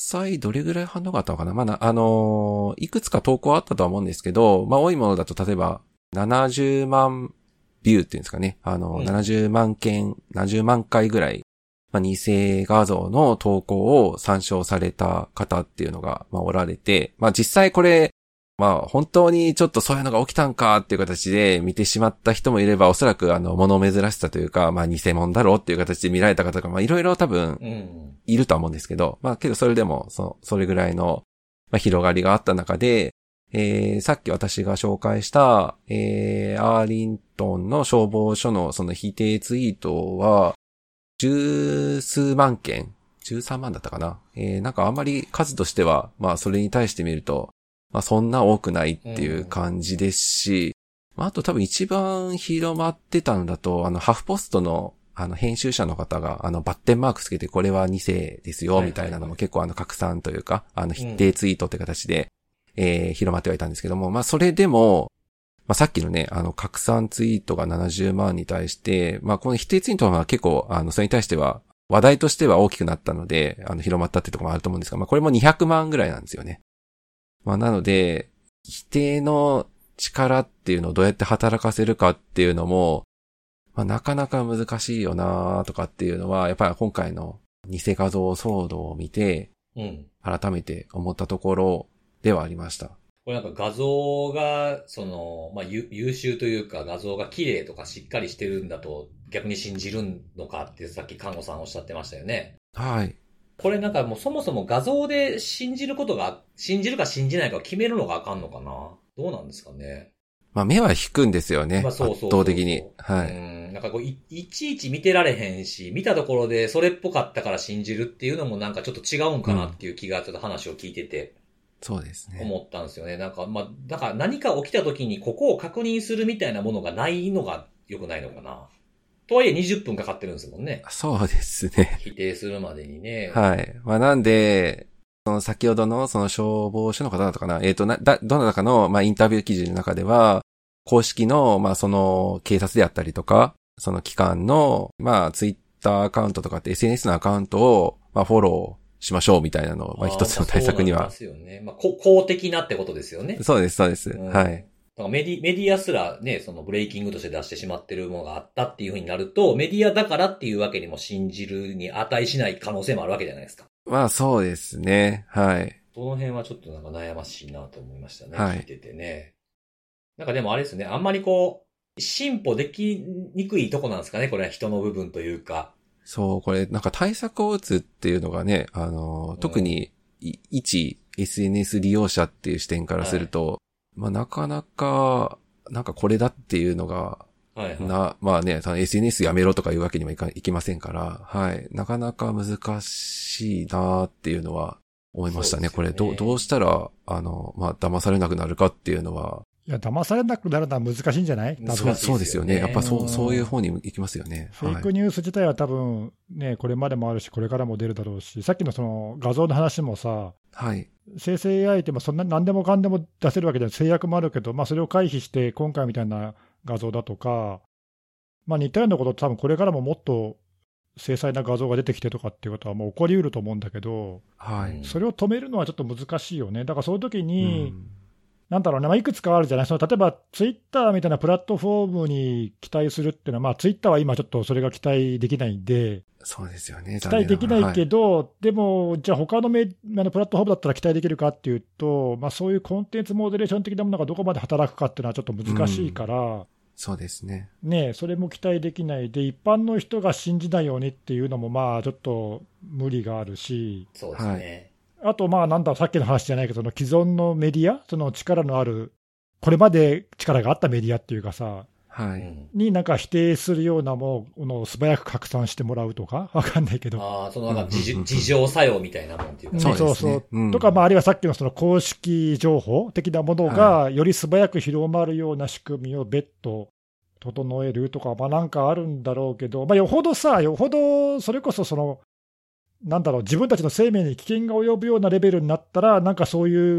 [SPEAKER 3] 際どれぐらい反応があったのかな。まあ、あのー、いくつか投稿あったとは思うんですけど、まあ、多いものだと例えばななじゅうまんビューっていうんですかね。あの、うん、ななじゅうまんけん、ななじゅうまんかいぐらい、まあ、偽画像の投稿を参照された方っていうのが、まあ、おられて、まあ、実際これ、まあ、本当にちょっとそういうのが起きたんかっていう形で見てしまった人もいれば、おそらくあの、物珍しさというか、まあ、偽物だろうっていう形で見られた方が、まあ、いろいろ多分、いるとは思うんですけど、まあ、けどそれでも、そ、それぐらいの、まあ、広がりがあった中で、えー、さっき私が紹介した、えー、アーリントンの消防署のその否定ツイートは、十数万件、十三万だったかな。えー、なんかあんまり数としては、まあそれに対してみると、まあそんな多くないっていう感じですし、うん、まああと多分一番広まってたのだと、あのハフポストのあの編集者の方があのバッテンマークつけてこれは偽ですよみたいなのも結構あの拡散というか、あの否定ツイートって形で、うん、えー、広まってはいたんですけども、まあそれでも、まあ、さっきのね、あの、拡散ツイートがななじゅうまんに対して、まあ、この否定ツイートは結構、あの、それに対しては、話題としては大きくなったので、あの、広まったってところもあると思うんですが、まあ、これもにひゃくまんぐらいなんですよね。まあ、なので、否定の力っていうのをどうやって働かせるかっていうのも、まあ、なかなか難しいよなとかっていうのは、やっぱり今回の偽画像騒動を見て、うん、改めて思ったところではありました。
[SPEAKER 1] これなんか画像が、その、まあ、優秀というか画像が綺麗とかしっかりしてるんだと逆に信じるのかってさっき看護さんおっしゃってましたよね。
[SPEAKER 3] はい。
[SPEAKER 1] これなんかもうそもそも画像で信じることが、信じるか信じないかを決めるのがあかんのかな？どうなんですかね。
[SPEAKER 3] まあ目は引くんですよね。まあそうそうそうそう。圧倒的に。はい。
[SPEAKER 1] うん。なんかこうい、いちいち見てられへんし、見たところでそれっぽかったから信じるっていうのもなんかちょっと違うんかなっていう気がちょっと話を聞いてて。うん
[SPEAKER 3] そうですね。
[SPEAKER 1] 思ったんですよね。なんか、まあ、だから何か起きた時にここを確認するみたいなものがないのが良くないのかな。とはいえにじゅっぷんかかってるんですもんね。
[SPEAKER 3] そうですね。
[SPEAKER 1] 否定するまでにね。
[SPEAKER 3] はい。まあなんで、その先ほどのその消防署の方だったかな。えっ、ー、と、な、だ、どなたかの、まあインタビュー記事の中では、公式の、まあその警察であったりとか、その機関の、まあツイッターアカウントとかって エスエヌエス のアカウントを、まあフォロー、しましょうみたいなのを、まあ一つの対策には。そう
[SPEAKER 1] ですよね。まあ、公的なってことですよね。
[SPEAKER 3] そうです、そうです。うん、はい。だ
[SPEAKER 1] からメディ、メディアすらね、そのブレイキングとして出してしまってるものがあったっていう風になると、メディアだからっていうわけにも信じるに値しない可能性もあるわけじゃないですか。
[SPEAKER 3] まあそうですね。はい。
[SPEAKER 1] その辺はちょっとなんか悩ましいなと思いましたね。はい。聞いててね。なんかでもあれですね、あんまりこう、進歩できにくいとこなんですかね、これは人の部分というか。
[SPEAKER 3] そう、これ、なんか対策を打つっていうのがね、あの、特に、一 エスエヌエス 利用者っていう視点からすると、はい、まあなかなか、なんかこれだっていうのが、はいはい、な、まあね、エスエヌエス やめろとかいうわけにもいか、いきませんから、はい。なかなか難しいなっていうのは思いましたね。ねこれ、どう、どうしたら、あの、まあ騙されなくなるかっていうのは、
[SPEAKER 2] いや、騙されなくなるのは難しいんじゃない？
[SPEAKER 3] そう、そうですよね。やっぱそう、そういう方に行きますよね。
[SPEAKER 2] フェイクニュース自体は多分ね、これまでもあるし、これからも出るだろうし、さっきのその画像の話もさ、
[SPEAKER 3] はい。
[SPEAKER 2] 生成 エーアイ ってそんな何でもかんでも出せるわけで制約もあるけど、まあそれを回避して今回みたいな画像だとか、まあ似たようなこと多分これからももっと精細な画像が出てきてとかっていうことはもう起こりうると思うんだけど、
[SPEAKER 3] はい。
[SPEAKER 2] それを止めるのはちょっと難しいよね。だからそういう時に、うんなんだろうね、まあ、いくつかあるじゃない、その例えばツイッターみたいなプラットフォームに期待するっていうのは、まあ、ツイッターは今、ちょっとそれが期待できないんで、
[SPEAKER 3] そうですよね、
[SPEAKER 2] 期待できないけど、はい、でも、じゃあ、他のメあのプラットフォームだったら期待できるかっていうと、まあ、そういうコンテンツモデレーション的なものがどこまで働くかっていうのはちょっと難しいから、うん、
[SPEAKER 3] そうですね
[SPEAKER 2] ね、それも期待できないで、一般の人が信じないようにっていうのも、まあ、ちょっと無理があるし。
[SPEAKER 1] そうですね。
[SPEAKER 2] はい、あと、まあ、なんだ、さっきの話じゃないけど、その既存のメディア、その力のある、これまで力があったメディアっていうかさ、
[SPEAKER 3] はい、
[SPEAKER 2] になんか否定するようなものを素早く拡散してもらうとか、わかんないけど。
[SPEAKER 1] ああ、そのなんか自浄作用みたいなもんっていうか、ね、
[SPEAKER 2] そうそうそう。うん、とか、まあ、あるいはさっきのその公式情報的なものが、より素早く広まるような仕組みを別途整えるとか、まあ、なんかあるんだろうけど、まあ、よほどさ、よほどそれこそその、なんだろう、自分たちの生命に危険が及ぶようなレベルになったら、なんかそういう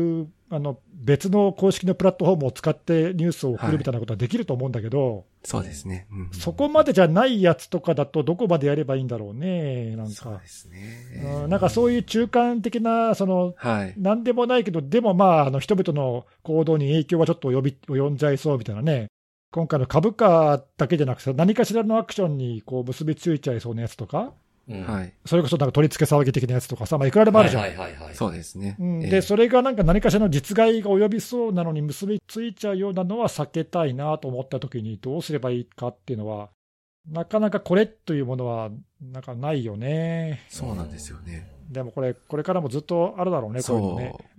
[SPEAKER 2] あの別の公式のプラットフォームを使ってニュースを送るみたいなことはできると思うんだけど、はい、
[SPEAKER 3] そうですね、うん、
[SPEAKER 2] そこまでじゃないやつとかだと、どこまでやればいいんだろうね、なんか、
[SPEAKER 3] そうですね、
[SPEAKER 2] うん、なんかそういう中間的な、その、はい、なんでもないけど、でもまあ、あの人々の行動に影響はちょっと及び及んじゃいそうみたいなね、今回の株価だけじゃなくて、何かしらのアクションにこう結びついちゃいそうなやつとか。うん、それこそなんか取り付け騒ぎ的なやつとかさ、まあ、いくらでもあるじゃん。はいはいはいはい、
[SPEAKER 3] そうですね、
[SPEAKER 2] うん、で、それがなんか何かしらの実害が及びそうなのに結びついちゃうようなのは避けたいなと思ったときに、どうすればいいかっていうのは、なかなかこれというものはなんかないよね。
[SPEAKER 3] そうなんですよね。
[SPEAKER 2] でもこれ、これからもずっとあるだろうね、こういうのね。うん、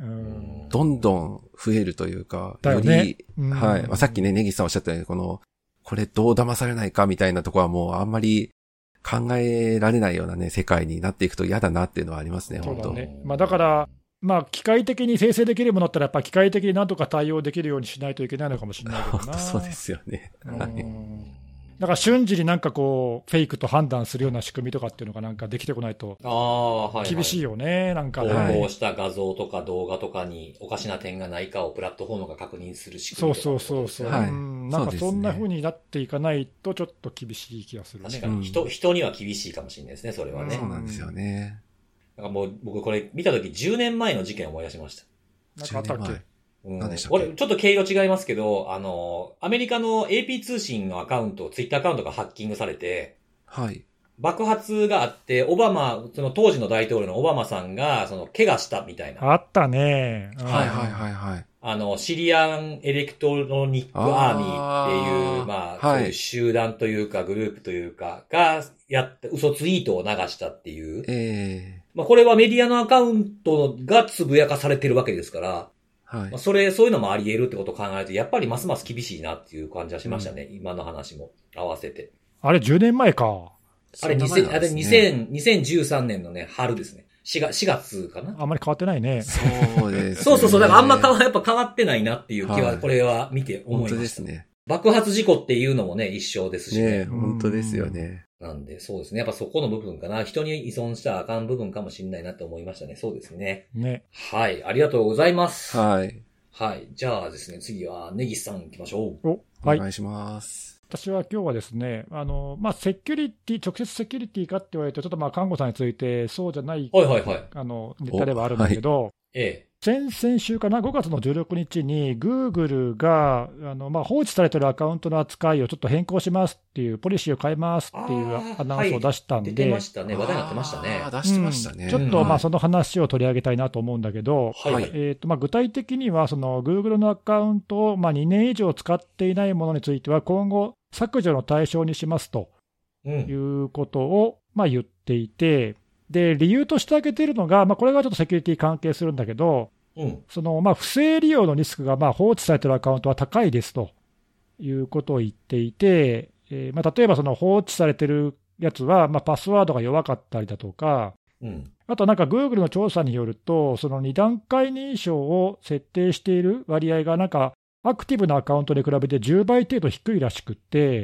[SPEAKER 3] どんどん増えるというか、
[SPEAKER 2] だよね、
[SPEAKER 3] より、うん、はい。まあ、さっきね、根岸さんおっしゃったように、この、これどう騙されないかみたいなところはもうあんまり考えられないようなね、世界になっていくと嫌だなっていうのはありますね、
[SPEAKER 2] そうだね。
[SPEAKER 3] 本当。
[SPEAKER 2] まあ、だから、まあ、機械的に生成できるものってやっぱり機械的になんとか対応できるようにしないといけないのかもしれないけどな。
[SPEAKER 3] 本当そうですよね。はい。
[SPEAKER 2] だから瞬時になんかこう、フェイクと判断するような仕組みとかっていうのがなんかできてこないと、厳しいよね、はいはい、なんかね。
[SPEAKER 1] 投稿した画像とか動画とかにおかしな点がないかをプラットフォームが確認する仕組みとか、
[SPEAKER 2] そうそうそうそう、はい、うん、なんかそんな風になっていかないとちょっと厳しい気がするね。
[SPEAKER 1] 確かに人、うん、人には厳しいかもしれないですね、それはね。
[SPEAKER 3] そうなんですよね。
[SPEAKER 1] なんかもう僕これ見たときじゅうねんまえの事件を思い出しました。
[SPEAKER 2] なんかあったっけ？
[SPEAKER 1] うん、何でしたっけ？これちょっと経路違いますけど、あの、アメリカの エーピー 通信のアカウント、ツイッターアカウントがハッキングされて、
[SPEAKER 3] はい。
[SPEAKER 1] 爆発があって、オバマ、その当時の大統領のオバマさんが、その、怪我したみたいな。
[SPEAKER 2] あったね。
[SPEAKER 3] はいはいはいはい。
[SPEAKER 1] あの、シリアンエレクトロニックアーミーっていう、まあ、はい、そういう集団というか、グループというか、が、やった、嘘ツイートを流したっていう。
[SPEAKER 3] ええー。
[SPEAKER 1] まあ、これはメディアのアカウントがつぶやかされてるわけですから、はい。まあ、それ、そういうのもあり得るってことを考えると、やっぱりますます厳しいなっていう感じはしましたね。うん、今の話も合わせて。
[SPEAKER 2] あれ、じゅうねんまえか。
[SPEAKER 1] あれ、にせん、あれ、にせん、にせんじゅうさんねんのね、春ですね。しがつ、しがつかな。
[SPEAKER 2] あんまり変わってないね。
[SPEAKER 3] そうです、ね。
[SPEAKER 1] そうそうそう。だからあんま変わ、やっぱ変わってないなっていう気は、これは見て思いました。
[SPEAKER 3] 本当ですね。
[SPEAKER 1] 爆発事故っていうのもね、一緒ですしね。
[SPEAKER 3] ね、本当ですよね。
[SPEAKER 1] なんで、そうですね。やっぱそこの部分かな。人に依存したらあかん部分かもしれないなって思いましたね。そうですね。
[SPEAKER 2] ね。
[SPEAKER 1] はい。ありがとうございます。
[SPEAKER 3] はい。
[SPEAKER 1] はい。じゃあですね、次は、根岸さん行きましょう。
[SPEAKER 2] お、はい。
[SPEAKER 3] お願いします。
[SPEAKER 2] 私は今日はですね、あの、まあ、セキュリティ、直接セキュリティかって言われると、ちょっとまあ、看護さんについてそうじゃない、
[SPEAKER 1] はいはいはい。
[SPEAKER 2] あの、ネタではあるんだけど、はい、
[SPEAKER 1] ええ。
[SPEAKER 2] 先々週かな、ごがつのじゅうろくにちに、グーグルがあの、まあ、放置されているアカウントの扱いをちょっと変更しますっていう、ポリシーを変えますっていうアナウンスを出したんで、
[SPEAKER 1] はい、出てましたね、話題になってましたね。
[SPEAKER 3] 出してましたね。
[SPEAKER 2] うん、ちょっとまあその話を取り上げたいなと思うんだけど、はい、えーとまあ、具体的には、そのグーグルのアカウントをまあにねん以上使っていないものについては、今後、削除の対象にしますということをまあ言っていて、で理由として挙げているのが、まあ、これがちょっとセキュリティ関係するんだけど、うん、そのまあ不正利用のリスクがまあ放置されているアカウントは高いですということを言っていて、えーまあ、例えばその放置されているやつはまあパスワードが弱かったりだとか、うん、あとなんかグーグルの調査によると、そのに段階認証を設定している割合がなんかアクティブなアカウントに比べてじゅうばい程度低いらしくって、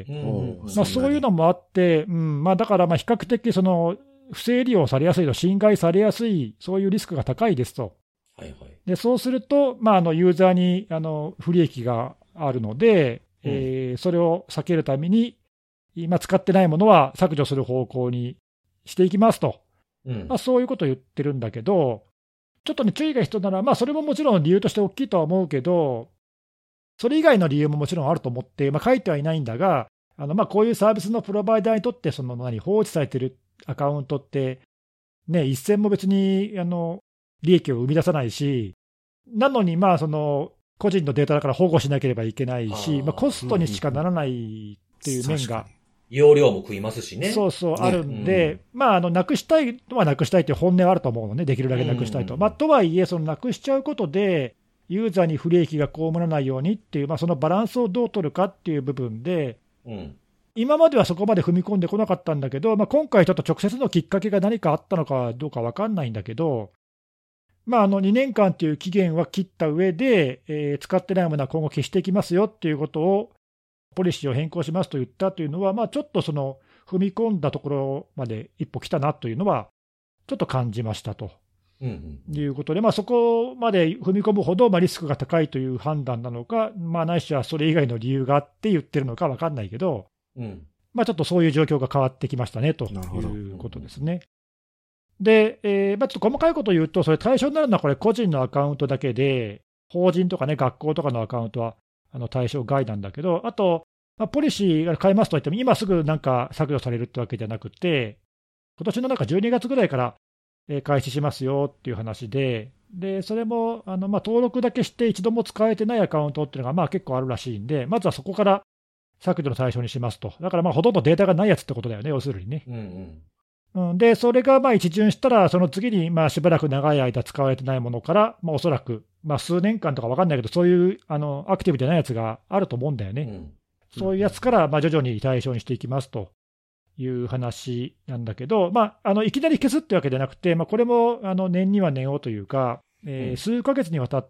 [SPEAKER 2] うんまあ、そういうのもあって、うんまあ、だからまあ比較的その不正利用されやすいと、侵害されやすい、そういうリスクが高いですと。はいはい、でそうすると、まあ、あのユーザーにあの不利益があるので、うんえー、それを避けるために、今使ってないものは削除する方向にしていきますと、うんまあ、そういうことを言ってるんだけど、ちょっとね、注意が必要なのは、まあ、それももちろん理由として大きいとは思うけど、それ以外の理由ももちろんあると思って、まあ、書いてはいないんだが、あのまあこういうサービスのプロバイダーにとって、その何放置されているアカウントって、ね、一銭も別にあの利益を生み出さないし、なのにまあその個人のデータだから保護しなければいけないし、まあ、コストにしかならないっていう面が、
[SPEAKER 1] 容量も食いますしね。
[SPEAKER 2] そうそう、あるんで、うんまあ、あのなくしたいのはなくしたいという本音はあると思うのね、できるだけなくしたいと。うんまあ、とはいえ、そのなくしちゃうことで、ユーザーに不利益が被らないようにっていう、まあ、そのバランスをどう取るかっていう部分で、うん、今まではそこまで踏み込んでこなかったんだけど、まあ、今回ちょっと直接のきっかけが何かあったのかどうか分かんないんだけど、まあ、あのにねんかんという期限は切った上で、えー、使ってないものは今後消していきますよっていうことを、ポリシーを変更しますと言ったというのは、まあ、ちょっとその踏み込んだところまで一歩来たなというのは、ちょっと感じましたと。 いうことで、まあ、そこまで踏み込むほどまあリスクが高いという判断なのか、まあ、ないしはそれ以外の理由があって言ってるのか分かんないけど、うんまあ、ちょっとそういう状況が変わってきましたねということですね。で、えーまあ、ちょっと細かいことを言うと、それ対象になるのはこれ個人のアカウントだけで、法人とかね、学校とかのアカウントはあの対象外なんだけど、あと、まあ、ポリシーが変えますといっても、今すぐなんか削除されるってわけじゃなくて、今年のなんかじゅうにがつぐらいから開始しますよっていう話で、でそれもあのまあ登録だけして一度も使えてないアカウントっていうのがまあ結構あるらしいんで、まずはそこから削除の対象にしますと。だからまあほとんどデータがないやつってことだよね、要するにね。うんうんうん、で、それがまあ一巡したら、その次にまあしばらく長い間使われてないものから、まあ、おそらくまあ数年間とか分かんないけど、そういうあのアクティブじゃないやつがあると思うんだよね。うん、そういうやつからまあ徐々に対象にしていきますという話なんだけど、まあ、あのいきなり消すってわけじゃなくて、まあ、これもあの年には年をというか、えー、数ヶ月にわたって、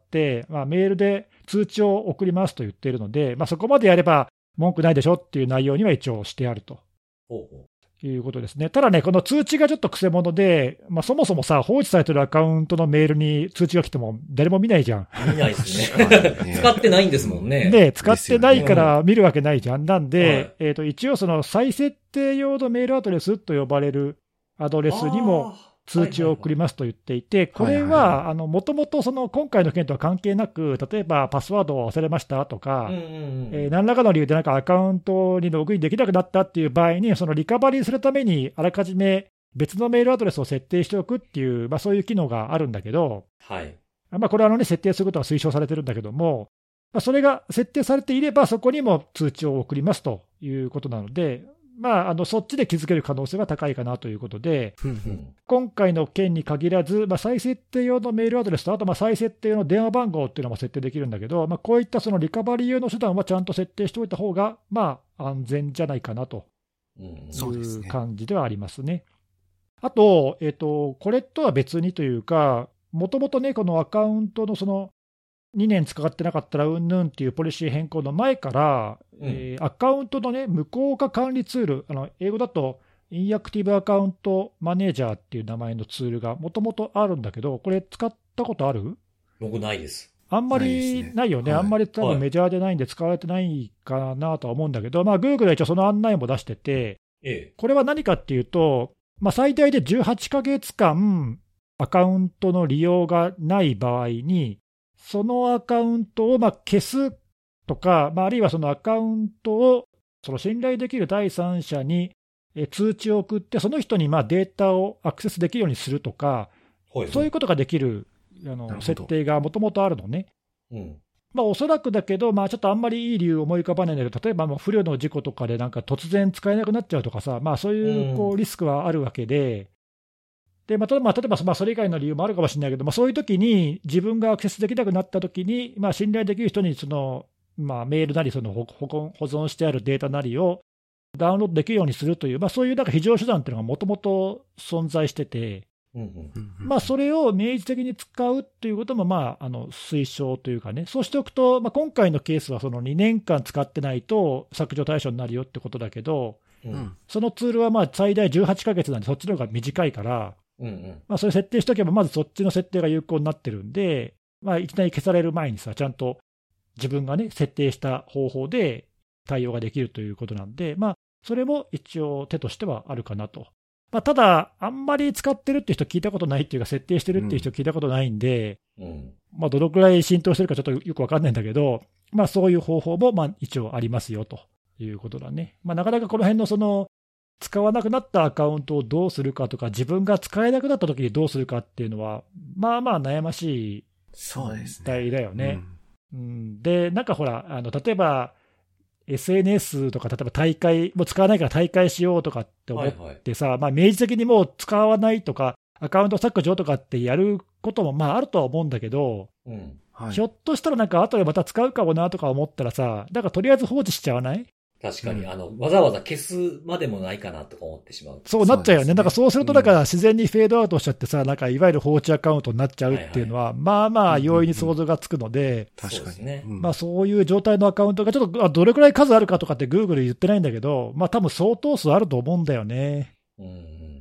[SPEAKER 2] まあ、メールで通知を送りますと言っているので、まあ、そこまでやれば文句ないでしょっていう内容には一応してあると。ほうほういうことですね。ただね、この通知がちょっとくせ者で、まあ、そもそもさ、放置されてるアカウントのメールに通知が来ても誰も見ないじゃん。
[SPEAKER 1] 見ないですね。使ってないんですもんね。
[SPEAKER 2] で、使ってないから見るわけないじゃん。なんで、はい、えっと、一応その再設定用のメールアドレスと呼ばれるアドレスにも通知を送りますと言っていて、これは、あの、もともとその今回の件とは関係なく、例えばパスワードを忘れましたとか、うんうんうんえー、何らかの理由でなんかアカウントにログインできなくなったっていう場合に、そのリカバリーするためにあらかじめ別のメールアドレスを設定しておくっていう、まあそういう機能があるんだけど、はい。まあこれはあのね、設定することは推奨されてるんだけども、まあ、それが設定されていれば、そこにも通知を送りますということなので、まあ、あのそっちで気づける可能性が高いかなということで、今回の件に限らず、まあ、再設定用のメールアドレスと、あとまあ再設定用の電話番号っていうのも設定できるんだけど、まあ、こういったそのリカバリー用の手段はちゃんと設定しておいた方が、まあ、安全じゃないかなという感じではありますね。あと、えーと、これとは別にというか、もともとね、このアカウントのその、にねん使ってなかったらうんぬんっていうポリシー変更の前から、うんえー、アカウントのね、無効化管理ツール、あの英語だとインアクティブアカウントマネージャーっていう名前のツールがもともとあるんだけど、これ使ったことある？
[SPEAKER 1] 僕ないです。
[SPEAKER 2] あんまりないよね。ないですね。はい、あんまり多分メジャーでないんで使われてないかなとは思うんだけど、はい、まあ Google は一応その案内も出してて、ええ、これは何かっていうと、まあ、最大でじゅうはちかげつかんアカウントの利用がない場合に、そのアカウントをまあ消すとか、まあ、あるいはそのアカウントをその信頼できる第三者に通知を送って、その人にまあデータをアクセスできるようにするとか、はいはい、そういうことができるあの設定がもともとあるのね。うんまあ、おそらくだけど、まあ、ちょっとあんまりいい理由思い浮かばないんだけど、例えばもう不慮の事故とかでなんか突然使えなくなっちゃうとかさ、まあ、そういうこうリスクはあるわけで。でまあ、例えば、例えばまあそれ以外の理由もあるかもしれないけど、まあ、そういうときに、自分がアクセスできなくなったときに、まあ、信頼できる人にその、まあ、メールなりその保存してあるデータなりをダウンロードできるようにするという、まあ、そういうなんか非常手段っていうのがもともと存在してて、まあ、それを明示的に使うということも、まあ、あの推奨というかね、そうしておくと、まあ、今回のケースはそのにねんかん使ってないと削除対象になるよってことだけど、うん、そのツールはまあ最大じゅうはちかげつなんで、そっちの方が短いから。うんうんまあ、それ設定しておけば、まずそっちの設定が有効になってるんで、まあ、いきなり消される前にさ、ちゃんと自分がね、設定した方法で対応ができるということなんで、まあ、それも一応手としてはあるかなと。まあ、ただ、あんまり使ってるって人聞いたことないっていうか、設定してるっていう人聞いたことないんで、うんうん、まあ、どのくらい浸透してるかちょっとよくわかんないんだけど、まあ、そういう方法もまあ一応ありますよということだね。まあ、なかなかこの辺のその、使わなくなったアカウントをどうするかとか、自分が使えなくなったときにどうするかっていうのは、まあまあ悩ましい問題だよね。うんうん、で、なんかほら、あの例えば エスエヌエス とか、例えば大会、もう使わないから大会しようとかって思ってさ、はいはいまあ、明示的にもう使わないとか、アカウント削除とかってやることもまああるとは思うんだけど、うんはい、ひょっとしたらなんか後でまた使うかもなとか思ったらさ、だからとりあえず放置しちゃわない？
[SPEAKER 1] 確かに、うん、あの、わざわざ消すまでもないかなとか思ってしまう。
[SPEAKER 2] そうなっちゃうよね。ねだからそうすると、だから自然にフェードアウトしちゃってさ、うん、なんかいわゆる放置アカウントになっちゃうっていうのは、はいはい、まあまあ容易に想像がつくので、
[SPEAKER 3] うんうん、確かにね。
[SPEAKER 2] まあそういう状態のアカウントがちょっと、どれくらい数あるかとかって Google 言ってないんだけど、まあ多分相当数あると思うんだよね。うんうんうん、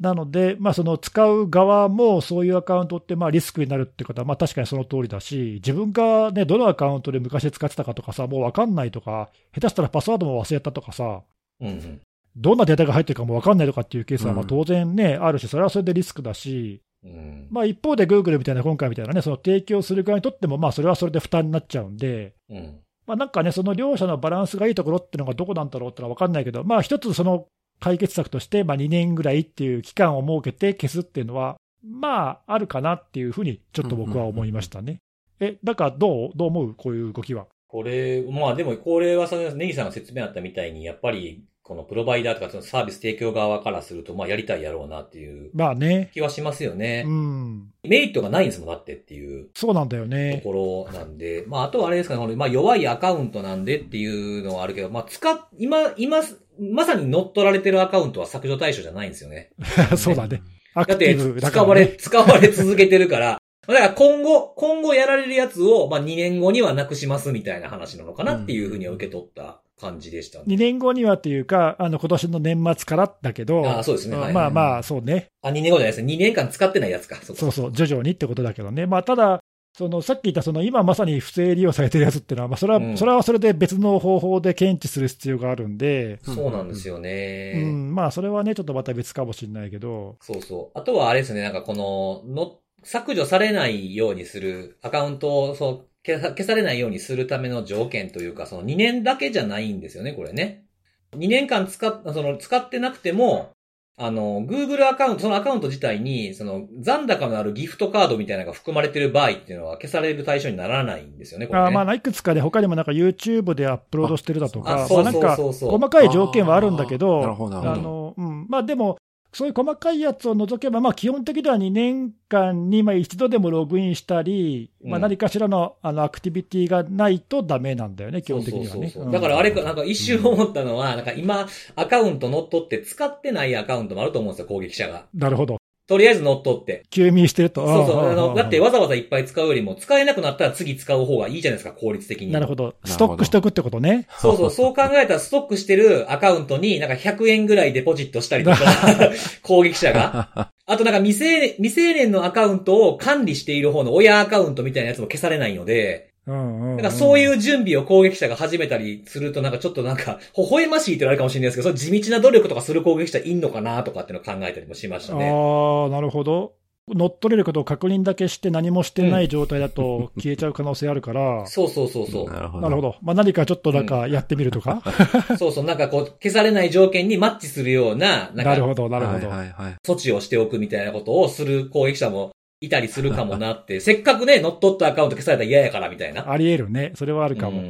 [SPEAKER 2] なので、まあ、その使う側もそういうアカウントってまあリスクになるってことはまあ確かにその通りだし、自分が、ね、どのアカウントで昔使ってたかとかさ、もう分かんないとか、下手したらパスワードも忘れたとかさ、うんうん、どんなデータが入ってるかも分かんないとかっていうケースはまあ当然ね、うん、あるし、それはそれでリスクだし、うん、まあ、一方で Google みたいな、今回みたいなね、その提供する側にとっても、まあそれはそれで負担になっちゃうんで、うん、まあ、なんかね、その両者のバランスがいいところっていうのがどこなんだろうってのは分かんないけど、まあ、一つその解決策として、まあ、にねんぐらいっていう期間を設けて消すっていうのは、まあ、あるかなっていうふうに、ちょっと僕は思いましたね。うんうんうん、え、だからどう、どう思うこういう動きは。
[SPEAKER 1] これ、まあでも、これはその、ネギさんが説明あったみたいに、やっぱり、このプロバイダーとかそのサービス提供側からすると、まあやりたいやろうなっていう。まあね。気はしますよね。うん。メリットがないんですもん、だってっていう。
[SPEAKER 2] そうなんだよね。
[SPEAKER 1] ところなんで。まああとはあれですかね、まあ弱いアカウントなんでっていうのはあるけど、まあ使っ、今、今、まさに乗っ取られてるアカウントは削除対象じゃないんですよね。
[SPEAKER 2] そうだね。
[SPEAKER 1] アクティブだから、ね。だって、使われ、使われ続けてるから。だから今後、今後やられるやつを、まあにねんごにはなくしますみたいな話なのかなっていうふうには受け取った感じでしたね。
[SPEAKER 2] にねんごにはっていうか、あの、今年の年末からだけど。
[SPEAKER 1] ああ、そうですね。はい、
[SPEAKER 2] まあまあ、そうね。
[SPEAKER 1] あ、にねんごじゃないですね。にねんかん使ってないやつか。
[SPEAKER 2] そうそうそう、徐々にってことだけどね。まあただ、そのさっき言ったその今まさに不正利用されてるやつっていうのは、まあそれは、うん、それはそれで別の方法で検知する必要があるんで。
[SPEAKER 1] そうなんですよね。
[SPEAKER 2] うん、まあそれはね、ちょっとまた別かもしれないけど。
[SPEAKER 1] そうそう。あとはあれですね、なんかこの、の、削除されないようにする、アカウントをそう消さ、消されないようにするための条件というか、そのにねんだけじゃないんですよね、これね。にねんかん使っ、その使ってなくても、あの、Google アカウント、そのアカウント自体に、その残高のあるギフトカードみたいなのが含まれている場合っていうのは消される対象にならないんですよね、これね。
[SPEAKER 2] あまあ、いくつかで、他にもなんか YouTube でアップロードしてるだとか、まあなんか、細かい条件はあるんだけど、
[SPEAKER 3] なるほど、
[SPEAKER 2] あの、うん、まあでも、そういう細かいやつを除けば、まあ基本的にはにねんかんにまあ一度でもログインしたり、うん、まあ何かしらのあのアクティビティがないとダメなんだよね、基本的にはね。そうそうそうそう、うん、
[SPEAKER 1] だからあれか、なんか一瞬思ったのは、なんか今、アカウント乗っ取って使ってないアカウントもあると思うんですよ、攻撃者が。
[SPEAKER 2] なるほど。
[SPEAKER 1] とりあえず乗っ取って。
[SPEAKER 2] 休眠してると。
[SPEAKER 1] そうそう。あの、だってわざわざいっぱい使うよりも、使えなくなったら次使う方がいいじゃないですか、効率的に。
[SPEAKER 2] なるほど。ストックしとくってことね。
[SPEAKER 1] そうそう。そう考えたらストックしてるアカウントになんかひゃくえんぐらいデポジットしたりとか、攻撃者が。あとなんか未成年、未成年のアカウントを管理している方の親アカウントみたいなやつも消されないので、うんうんうん、だからそういう準備を攻撃者が始めたりするとなんかちょっとなんか、微笑ましいってなるかもしれないですけど、その地道な努力とかする攻撃者いんのかなとかっていうのを考えたりもしましたね。
[SPEAKER 2] ああ、なるほど。乗っ取れることを確認だけして何もしてない状態だと消えちゃう可能性あるから。
[SPEAKER 1] うん、そうそうそうそう。
[SPEAKER 2] なるほど。なるほど。まあ何かちょっとなんかやってみるとか、
[SPEAKER 1] うん、そうそう。なんかこう消されない条件にマッチするような、なんか。
[SPEAKER 2] なるほど、なるほど。
[SPEAKER 1] 措置をしておくみたいなことをする攻撃者もいたりするかもなって。せっかくね、乗っ取ったアカウント消されたら嫌やからみたいな。
[SPEAKER 2] あり得るね。それはあるかも。うん。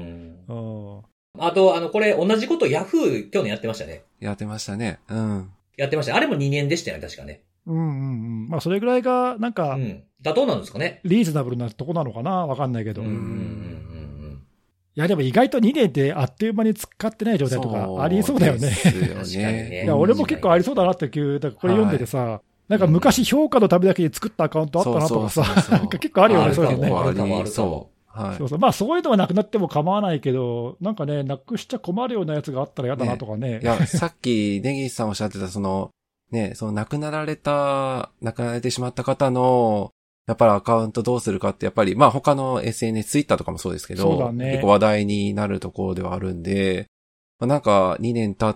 [SPEAKER 1] あと、あの、これ同じことヤフー去年やってましたね。
[SPEAKER 3] やってましたね。うん。
[SPEAKER 1] やってました。あれもにねんでしたよね、確かね。
[SPEAKER 2] うんうんうん。まあ、それぐらいが、なんか、うん、
[SPEAKER 1] 妥当なんですかね。
[SPEAKER 2] リーズナブルなとこなのかなわかんないけど。うんうんうんうん。いや、でも意外とにねんであっという間に使ってない状態とかありそうだよね。
[SPEAKER 3] そうですよね。
[SPEAKER 2] いや、俺も結構ありそうだなっていう、だからこれ読んでてさ、はい、なんか昔評価のためだけに作ったアカウントあったなとかさ、なんか結構あるよね、そういうのね。
[SPEAKER 1] あるかもあるかも。
[SPEAKER 2] はい、そうそう。まあそういうのはなくなっても構わないけど、なんかね、なくしちゃ困るようなやつがあったら嫌だなとかね。ね
[SPEAKER 3] いや、さっき、ネギさんおっしゃってた、その、ね、その亡くなられた、亡くなられてしまった方の、やっぱりアカウントどうするかってやっぱり、まあ他の エスエヌエス、ツイッターとかもそうですけど、
[SPEAKER 2] そうだね、
[SPEAKER 3] 結構話題になるところではあるんで、まあ、なんかにねん経って、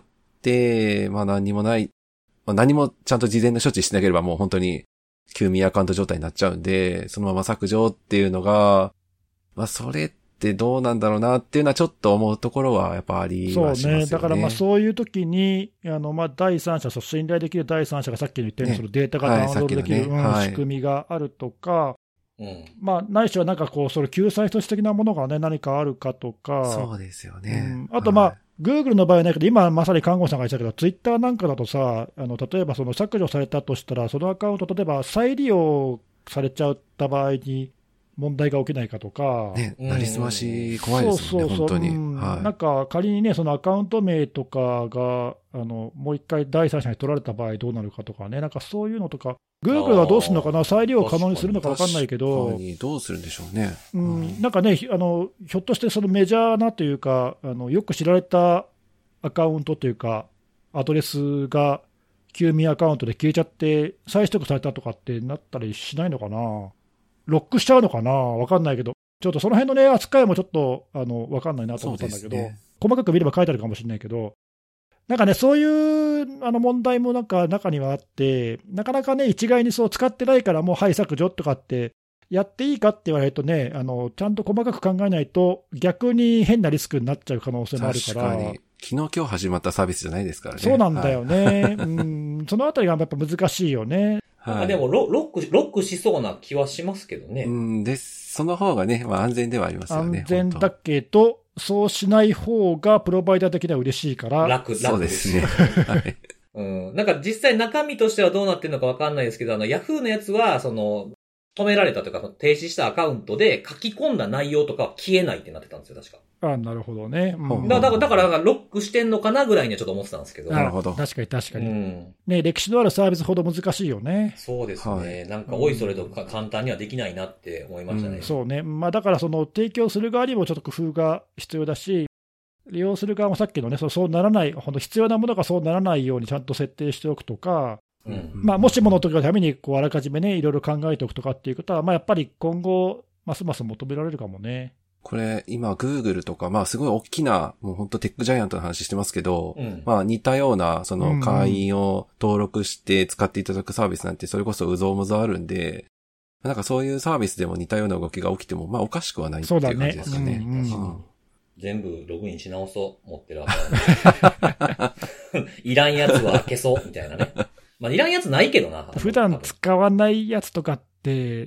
[SPEAKER 3] まあ何にもない、まあ、何もちゃんと事前の処置しなければもう本当に休眠アカウント状態になっちゃうんで、そのまま削除っていうのが、まあそれってどうなんだろうなっていうのはちょっと思うところはやっぱありはしますよね。
[SPEAKER 2] そうね。だからまあそういう時に、あのまあ第三者、信頼できる第三者がさっき言ったように、ね、そのデータがダウンロードできる、はいねうん、仕組みがあるとか、うん、まあないしはなんかこう、それ救済措置的なものがね、何かあるかとか。
[SPEAKER 3] そうですよね。
[SPEAKER 2] うん、あとまあ、はい、Google の場合はないけど、今まさに看護師さんが言ってたけど、Twitter なんかだとさ、あの例えばその削除されたとしたら、そのアカウント、例えば再利用されちゃった場合に、問題が起きないかとか。
[SPEAKER 3] ね、なりすまし怖いですよね、本当に。うん
[SPEAKER 2] はい、なんか仮にね、そのアカウント名とかが、あの、もう一回第三者に取られた場合どうなるかとかね、なんかそういうのとか、Google はどうするのかな、再利用を可能にするのか分かんないけど、
[SPEAKER 3] どうするんでしょうね。
[SPEAKER 2] うん、なんかね、あの、ひょっとしてそのメジャーなというか、あの、よく知られたアカウントというか、アドレスが休眠アカウントで消えちゃって、再取得されたとかってなったりしないのかな、ロックしちゃうのかな、わかんないけど、ちょっとその辺のね、扱いもちょっとあのわかんないなと思ったんだけど、ね、細かく見れば書いてあるかもしれないけど、なんかね、そういうあの問題もなんか中にはあって、なかなかね、一概にそう使ってないから、もうはい、削除とかって、やっていいかって言われるとね、あのちゃんと細かく考えないと、逆に変なリスクになっちゃう可能性もあるから。
[SPEAKER 3] 確かに昨日今日始まったサービスじゃないですからね。
[SPEAKER 2] そうなんだよね。はい、うん、そのあたりがやっぱ難しいよね。
[SPEAKER 1] はい、でもロ、ロック、ロックしそうな気はしますけどね。
[SPEAKER 3] うん、です。その方がね、まあ安全ではありますよね。
[SPEAKER 2] 安全だけど、そうしない方がプロバイダー的には嬉しいから。
[SPEAKER 1] 楽、楽です。
[SPEAKER 3] そうですね。はい。
[SPEAKER 1] うん。なんか実際中身としてはどうなってるのかわかんないですけど、あの、ヤフーのやつは、その、止められたというか、停止したアカウントで書き込んだ内容とかは消えないってなってたんですよ、確か。
[SPEAKER 2] あ、なるほどね。うん、
[SPEAKER 1] だから、だから、ロックしてんのかなぐらいにはちょっと思ってたんですけど。
[SPEAKER 3] なるほど。
[SPEAKER 2] 確かに確かに。
[SPEAKER 1] うん、
[SPEAKER 2] ね、歴史のあるサービスほど難しいよね。
[SPEAKER 1] そうですね。はい、なんか、おいそれとか簡単にはできないなって思いましたね。
[SPEAKER 2] うん、そうね。まあ、だから、その、提供する側にもちょっと工夫が必要だし、利用する側もさっきのね、そう、そうならない、ほんと必要なものがそうならないようにちゃんと設定しておくとか、うん、まあ、もしもの時のためにこうあらかじめね、いろいろ考えておくとかっていうことは、まあ、やっぱり今後、ますます求められるかもね。
[SPEAKER 3] これ、今、Google とか、まあ、すごい大きな、もう本当テックジャイアントの話してますけど、うん、まあ、似たような、その、会員を登録して使っていただくサービスなんて、それこそうぞうむぞあるんで、なんかそういうサービスでも似たような動きが起きても、まあ、おかしくはないっていう感じですかね。
[SPEAKER 2] うんうん
[SPEAKER 1] うん、全部ログインし直そう、持ってるアカウント。いらんやつは消そう、みたいなね。まあ、いらんやつないけどな。
[SPEAKER 2] 普段使わないやつとかって、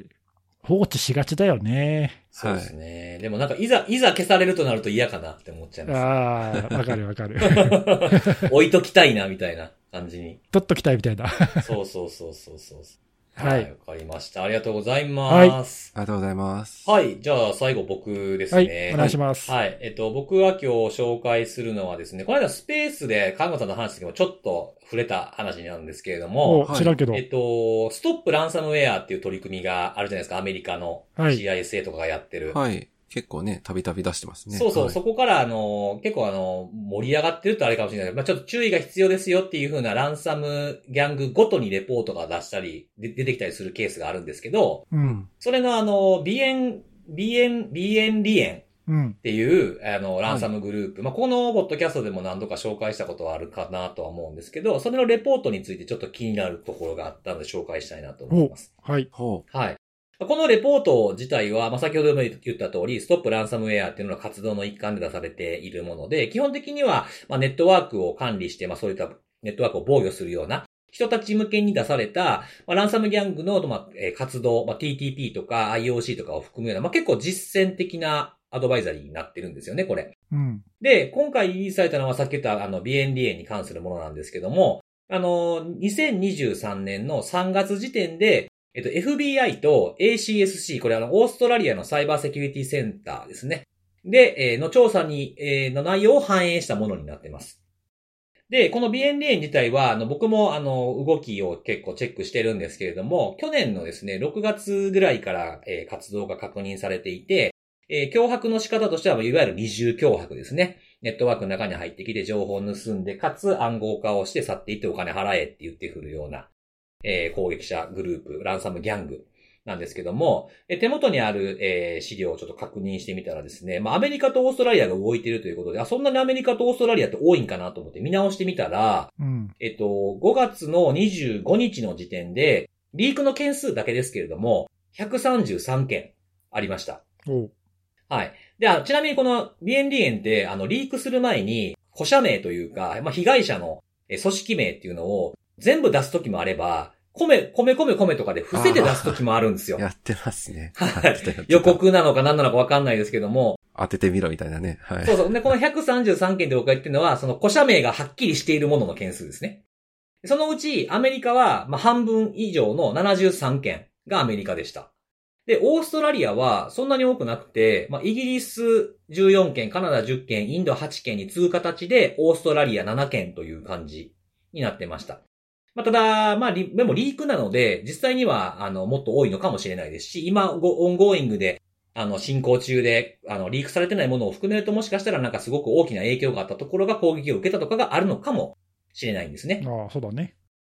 [SPEAKER 2] 放置しがちだよね。
[SPEAKER 1] そうですね。はい、でもなんか、いざ、いざ消されるとなると嫌かなって思っちゃいます。
[SPEAKER 2] ああ、わかるわかる。
[SPEAKER 1] 置いときたいな、みたいな感じに。
[SPEAKER 2] 取っときたいみたいな。
[SPEAKER 1] そうそうそうそうそう。
[SPEAKER 2] はい。
[SPEAKER 1] わ、はい、かりました。ありがとうございます。
[SPEAKER 3] はい。ありがとうございます。
[SPEAKER 1] はい。じゃあ、最後僕ですね。
[SPEAKER 2] はい。お願いします。
[SPEAKER 1] はい。えっと、僕が今日紹介するのはですね、この間スペースで看護さんの話にもちょっと触れた話になるんですけれども。
[SPEAKER 2] 知らんけど。
[SPEAKER 1] えっと、ストップランサムウェアっていう取り組みがあるじゃないですか。アメリカの シーアイエスエー とかがやってる。
[SPEAKER 3] はい。はい結構ね、たびたび出してますね。
[SPEAKER 1] そうそう、
[SPEAKER 3] はい、
[SPEAKER 1] そこからあの、結構あの、盛り上がってるとあれかもしれないけど、まあちょっと注意が必要ですよっていう風なランサムギャングごとにレポートが出したり、で出てきたりするケースがあるんですけど、
[SPEAKER 2] うん、
[SPEAKER 1] それのあの、ビエン、ビエン、ビエンリエンっていう、うん、あの、ランサムグループ。はい、まあこのポッドキャストでも何度か紹介したことはあるかなとは思うんですけど、それのレポートについてちょっと気になるところがあったので紹介したいなと思います。
[SPEAKER 2] はい。
[SPEAKER 1] はい。このレポート自体は、まあ、先ほども言った通り、ストップランサムウェアっていうのは活動の一環で出されているもので、基本的には、まあ、ネットワークを管理して、まあ、そういったネットワークを防御するような人たち向けに出された、まあ、ランサムギャングの、まあ、活動、まあ、ティーティーピー とか アイオーシー とかを含むような、まあ、結構実践的なアドバイザリーになってるんですよね、これ。
[SPEAKER 2] うん、
[SPEAKER 1] で、今回リリースされたのはさっき言ったあの、ビエンリエンに関するものなんですけども、あの、にせんにじゅうさんねんのさんがつ時点で、えっと、エフビーアイ と エーシーエスシー、これあの、オーストラリアのサイバーセキュリティセンターですね。で、えー、の調査に、えー、の内容を反映したものになっています。で、この ビーエヌディーエヌ 自体は、あの、僕もあの、動きを結構チェックしてるんですけれども、去年のですね、ろくがつぐらいから、えー、活動が確認されていて、えー、脅迫の仕方としては、いわゆる二重脅迫ですね。ネットワークの中に入ってきて情報を盗んで、かつ暗号化をして去っていってお金払えって言ってくるような、えー、攻撃者グループ、ランサムギャングなんですけども、えー、手元にある、えー、資料をちょっと確認してみたらですね、まあアメリカとオーストラリアが動いているということで、あ、そんなにアメリカとオーストラリアって多いんかなと思って見直してみたら、
[SPEAKER 2] うん、
[SPEAKER 1] えっと、ごがつのにじゅうごにちの時点で、リークの件数だけですけれども、ひゃくさんじゅうさんけんありました。
[SPEAKER 2] お
[SPEAKER 1] はい。で、あちなみにこの ビーエヌディーエヌ って、あの、リークする前に、個社名というか、まあ、被害者の組織名っていうのを全部出すときもあれば、米、米米米とかで伏せて出すときもあるんですよ。
[SPEAKER 3] やってますね。
[SPEAKER 1] はい。予告なのか何なのかわかんないですけども。
[SPEAKER 3] 当ててみろみたいなね。はい。
[SPEAKER 1] そうそう。で、このひゃくさんじゅうさんけんで僕が言ってるのは、その個社名がはっきりしているものの件数ですね。そのうち、アメリカは、まあ、半分以上のななじゅうさんけんがアメリカでした。で、オーストラリアはそんなに多くなくて、まあ、イギリスじゅうよんけん、カナダじゅっけん、インドはちけんに次ぐ形で、オーストラリアななけんという感じになってました。まあ、ただ、まあ、でもリークなので、実際には、あの、もっと多いのかもしれないですし、今、オンゴーイングで、あの、進行中で、あの、リークされてないものを含めると、もしかしたらなんかすごく大きな影響があったところが攻撃を受けたとかがあるのかもしれないんですね。
[SPEAKER 2] ああ、そうだね。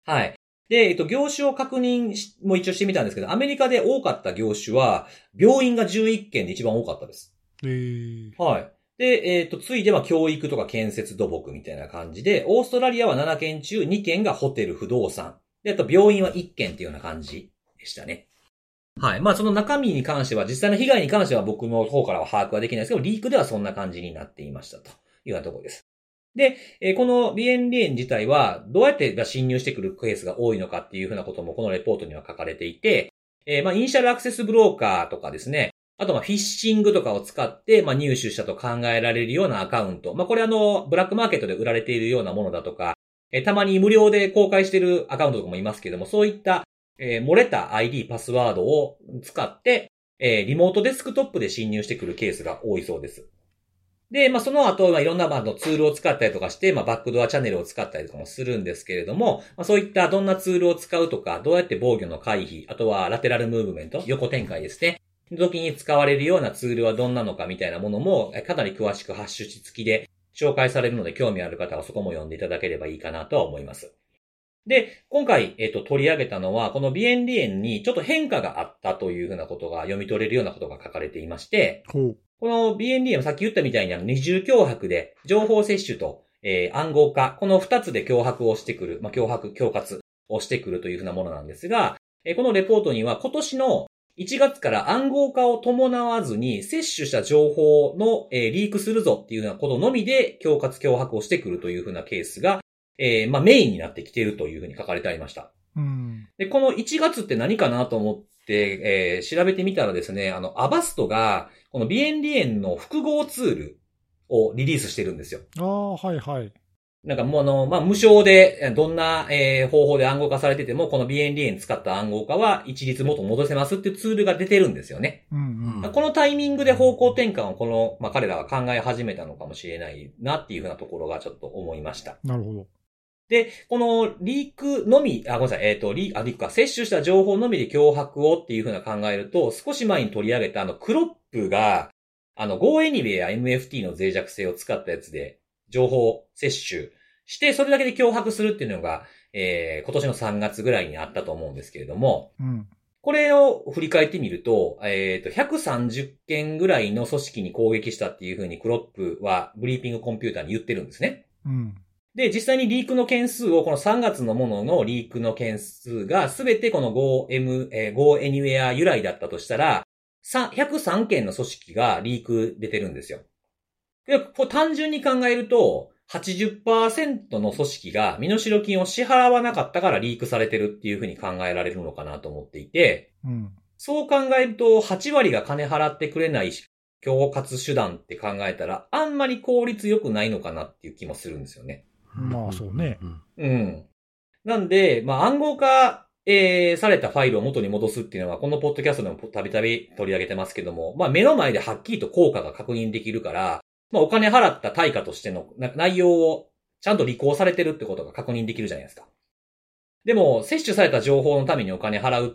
[SPEAKER 1] はい。で、えっと、業種を確認しも一応してみたんですけど、アメリカで多かった業種は、病院がじゅういっけんで一番多かったです。
[SPEAKER 2] へー。
[SPEAKER 1] はい。で、えっと、ついでは教育とか建設土木みたいな感じで、オーストラリアはななけん中にけんがホテル不動産。で、あと病院はいっけんっていうような感じでしたね。はい。まあ、その中身に関しては、実際の被害に関しては僕の方からは把握はできないですけど、リークではそんな感じになっていましたというようなところです。で、えー、このビエンリエン自体はどうやって侵入してくるケースが多いのかっていうふうなこともこのレポートには書かれていて、えー、まあ、イニシャルアクセスブローカーとかですね、あとまあ、フィッシングとかを使って、まあ、入手したと考えられるようなアカウント。まあ、これあの、ブラックマーケットで売られているようなものだとか、えー、たまに無料で公開しているアカウントとかもいますけれども、そういった、えー、漏れた アイディー、パスワードを使って、えー、リモートデスクトップで侵入してくるケースが多いそうです。で、まあ、その後、まあ、いろんな、まあ、ツールを使ったりとかして、まあ、バックドアチャンネルを使ったりとかもするんですけれども、まあ、そういったどんなツールを使うとか、どうやって防御の回避、あとはラテラルムーブメント、横展開ですね。時に使われるようなツールはどんなのかみたいなものも、かなり詳しくハッシュ付きで紹介されるので、興味ある方はそこも読んでいただければいいかなとは思います。で、今回、えっと、取り上げたのは、このビエンリエンにちょっと変化があったというふうなことが読み取れるようなことが書かれていまして、
[SPEAKER 2] ほう。
[SPEAKER 1] この ビーエヌディー もさっき言ったみたいに二重脅迫で情報摂取と、えー、暗号化、この二つで脅迫をしてくる、まあ、脅迫、恐喝をしてくるというふうなものなんですが、えー、このレポートには今年のいちがつから暗号化を伴わずに摂取した情報の、えー、リークするぞっていうようなことのみで恐喝、脅迫をしてくるというふうなケースが、えー、まあ、メインになってきているというふうに書かれてありました。
[SPEAKER 2] うん、
[SPEAKER 1] で、このいちがつって何かなと思って、えー、調べてみたらですね、あの、アバストが、このビエンリエンの複合ツールをリリースしてるんですよ。
[SPEAKER 2] ああ、はいはい。
[SPEAKER 1] なんかもうあの、まあ、無償で、どんな、えー、方法で暗号化されてても、このビエンリエン使った暗号化は一律元戻せますっていうツールが出てるんですよね。
[SPEAKER 2] うんうん、
[SPEAKER 1] このタイミングで方向転換をこの、まあ、彼らは考え始めたのかもしれないなっていうふうなところがちょっと思いました。
[SPEAKER 2] なるほど。
[SPEAKER 1] で、このリークのみ、あ、ごめんなさい、えっと、リー、あ、リークか、摂取した情報のみで脅迫をっていうふうな考えると、少し前に取り上げたあの、クロップが、あの、GoAnywhere や エムエフティー の脆弱性を使ったやつで、情報摂取して、それだけで脅迫するっていうのが、えー、今年のさんがつぐらいにあったと思うんですけれども、
[SPEAKER 2] うん、
[SPEAKER 1] これを振り返ってみると、えっと、ひゃくさんじゅっけんぐらいの組織に攻撃したっていうふうにクロップはブリーピングコンピューターに言ってるんですね。
[SPEAKER 2] うん。で、
[SPEAKER 1] 実際にリークの件数を、このさんがつのもののリークの件数が、すべてこの GoM、えー、GoAnywhere 由来だったとしたら、ひゃくさんけんの組織がリーク出てるんですよ。で、これ単純に考えると、はちじゅっパーセント の組織が身代金を支払わなかったからリークされてるっていうふうに考えられるのかなと思っていて、
[SPEAKER 2] うん、
[SPEAKER 1] そう考えると、はちわりが金払ってくれない恐喝手段って考えたら、あんまり効率良くないのかなっていう気もするんですよね。
[SPEAKER 2] まあそうね。
[SPEAKER 1] うん。なんで、まあ暗号化、えー、されたファイルを元に戻すっていうのは、このポッドキャストでもたびたび取り上げてますけども、まあ目の前ではっきりと効果が確認できるから、まあお金払った対価としての内容をちゃんと履行されてるってことが確認できるじゃないですか。でも、摂取された情報のためにお金払うって、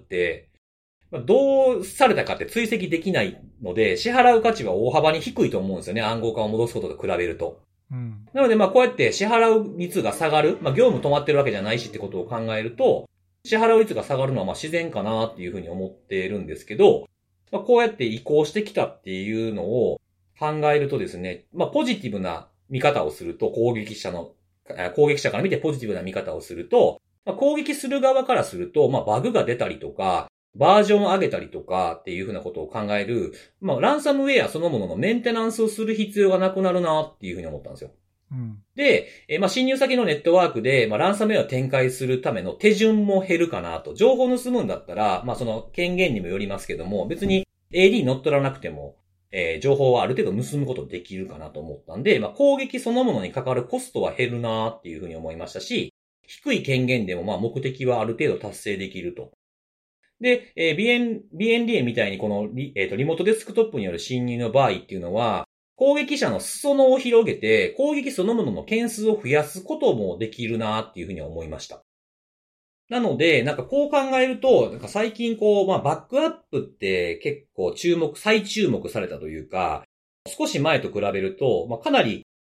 [SPEAKER 1] どうされたかって追跡できないので、支払う価値は大幅に低いと思うんですよね。暗号化を戻すことと比べると。
[SPEAKER 2] うん、
[SPEAKER 1] なので、まあ、こうやって支払う率が下がる。まあ、業務止まってるわけじゃないしってことを考えると、支払う率が下がるのはまあ自然かなっていうふうに思っているんですけど、まあ、こうやって移行してきたっていうのを考えるとですね、まあ、ポジティブな見方をすると、攻撃者の、攻撃者から見てポジティブな見方をすると、まあ、攻撃する側からすると、まあ、バグが出たりとか、バージョンを上げたりとかっていうふうなことを考える、まあ、ランサムウェアそのもののメンテナンスをする必要がなくなるなっていうふうに思ったんですよ。
[SPEAKER 2] うん、
[SPEAKER 1] で、えー、まあ、侵入先のネットワークで、まあ、ランサムウェアを展開するための手順も減るかなと。情報を盗むんだったら、まあ、その権限にもよりますけども、別に エーディー 乗っ取らなくても、えー、情報はある程度盗むことできるかなと思ったんで、まあ、攻撃そのものにかかるコストは減るなっていうふうに思いましたし、低い権限でもまあ目的はある程度達成できると。で、えー、ビエン、ビエンリエンみたいにこのリ、えーと、リモートデスクトップによる侵入の場合っていうのは、攻撃者の裾野を広げて、攻撃そのものの件数を増やすこともできるなっていうふうに思いました。なので、なんかこう考えると、なんか最近こう、まあバックアップって結構注目、再注目されたというか、少し前と比べると、まあかなり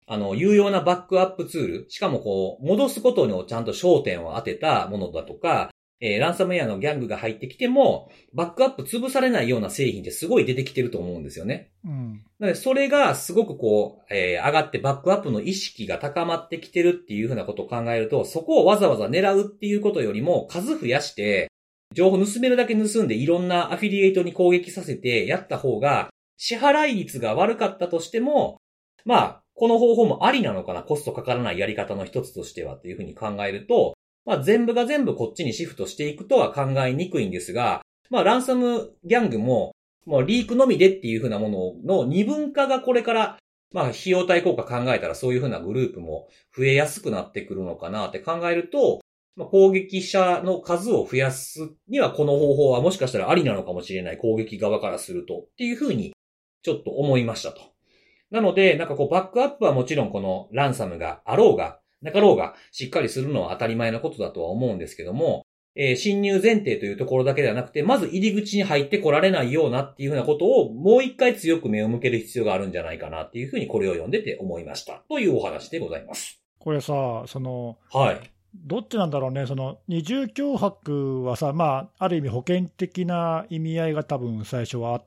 [SPEAKER 1] あの、有用なバックアップツール、しかもこう、戻すことにちゃんと焦点を当てたものだとか、えー、ランサムウェアのギャングが入ってきても、バックアップ潰されないような製品ってすごい出てきてると思うんですよね。
[SPEAKER 2] うん。
[SPEAKER 1] なので、それがすごくこう、えー、上がってバックアップの意識が高まってきてるっていうふうなことを考えると、そこをわざわざ狙うっていうことよりも、数増やして、情報盗めるだけ盗んでいろんなアフィリエイトに攻撃させてやった方が、支払い率が悪かったとしても、まあ、この方法もありなのかな、コストかからないやり方の一つとしてはっていうふうに考えると、まあ全部が全部こっちにシフトしていくとは考えにくいんですが、まあランサムギャングも、もうリークのみでっていうふうなものの二分化がこれから、まあ費用対効果考えたらそういうふうなグループも増えやすくなってくるのかなって考えると、まあ、攻撃者の数を増やすにはこの方法はもしかしたらありなのかもしれない、攻撃側からするとっていうふうにちょっと思いましたと。なので、なんかこうバックアップはもちろんこのランサムがあろうが、なかろうがしっかりするのは当たり前のことだとは思うんですけども、えー、侵入前提というところだけではなくて、まず入り口に入ってこられないようなっていうふうなことをもう一回強く目を向ける必要があるんじゃないかなっていうふうにこれを読んでて思いましたというお話でございます。
[SPEAKER 2] これさ、その、
[SPEAKER 1] はい。
[SPEAKER 2] どっちなんだろうね、その二重脅迫はさ、まあ、ある意味保険的な意味合いが多分最初はあって、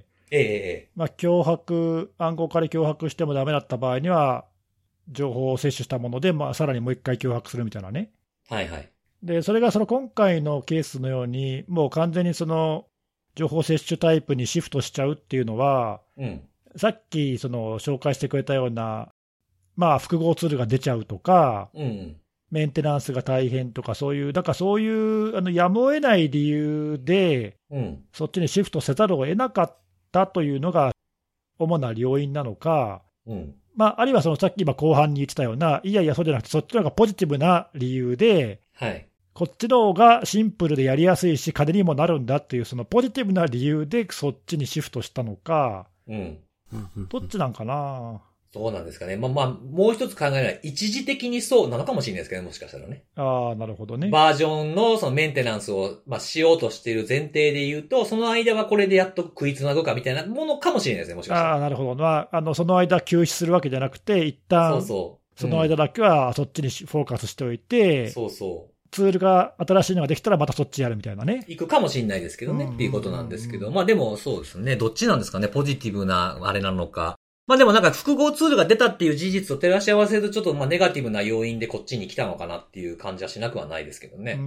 [SPEAKER 1] ええ
[SPEAKER 2] まあ、脅迫、暗号化で脅迫してもダメだった場合には、情報を摂取したもので、まあ、さらにもう一回脅迫するみたいなね。
[SPEAKER 1] はいはい。
[SPEAKER 2] で、それがその今回のケースのように、もう完全にその情報摂取タイプにシフトしちゃうっていうのは、
[SPEAKER 1] うん、
[SPEAKER 2] さっきその紹介してくれたような、まあ、複合ツールが出ちゃうとか、
[SPEAKER 1] うん、
[SPEAKER 2] メンテナンスが大変とか、そういう、だからそういうあのやむを得ない理由で、
[SPEAKER 1] うん、
[SPEAKER 2] そっちにシフトせざるを得なかったというのが主な要因なのか、
[SPEAKER 1] うん
[SPEAKER 2] まあ、あるいはそのさっき今後半に言ってたような、いやいや、そうじゃなくて、そっちの方がポジティブな理由で、
[SPEAKER 1] はい、
[SPEAKER 2] こっちの方がシンプルでやりやすいし、金にもなるんだっていう、そのポジティブな理由でそっちにシフトしたのか、
[SPEAKER 1] うん、
[SPEAKER 2] どっちなんかな。
[SPEAKER 1] そうなんですかね。まあまあ、もう一つ考えるのは、一時的にそうなのかもしれないですけど、もしかしたらね。
[SPEAKER 2] ああ、なるほどね。
[SPEAKER 1] バージョンのそのメンテナンスを、まあ、しようとしている前提で言うと、その間はこれでやっと食いつなぐかみたいなものかもしれないですね、もしかしたら。
[SPEAKER 2] ああ、なるほど。まあ、あのその間休止するわけじゃなくて、一旦
[SPEAKER 1] そうそう。
[SPEAKER 2] その間だけはそっちにフォーカスしておいて、
[SPEAKER 1] そうそう。
[SPEAKER 2] ツールが新しいのができたらまたそっちやるみたいなね。
[SPEAKER 1] 行くかもしれないですけどね、っていうことなんですけど。まあでもそうですね。どっちなんですかね。ポジティブなあれなのか。まあでもなんか複合ツールが出たっていう事実と照らし合わせるとちょっとまあネガティブな要因でこっちに来たのかなっていう感じはしなくはないですけどね。
[SPEAKER 2] うんうん。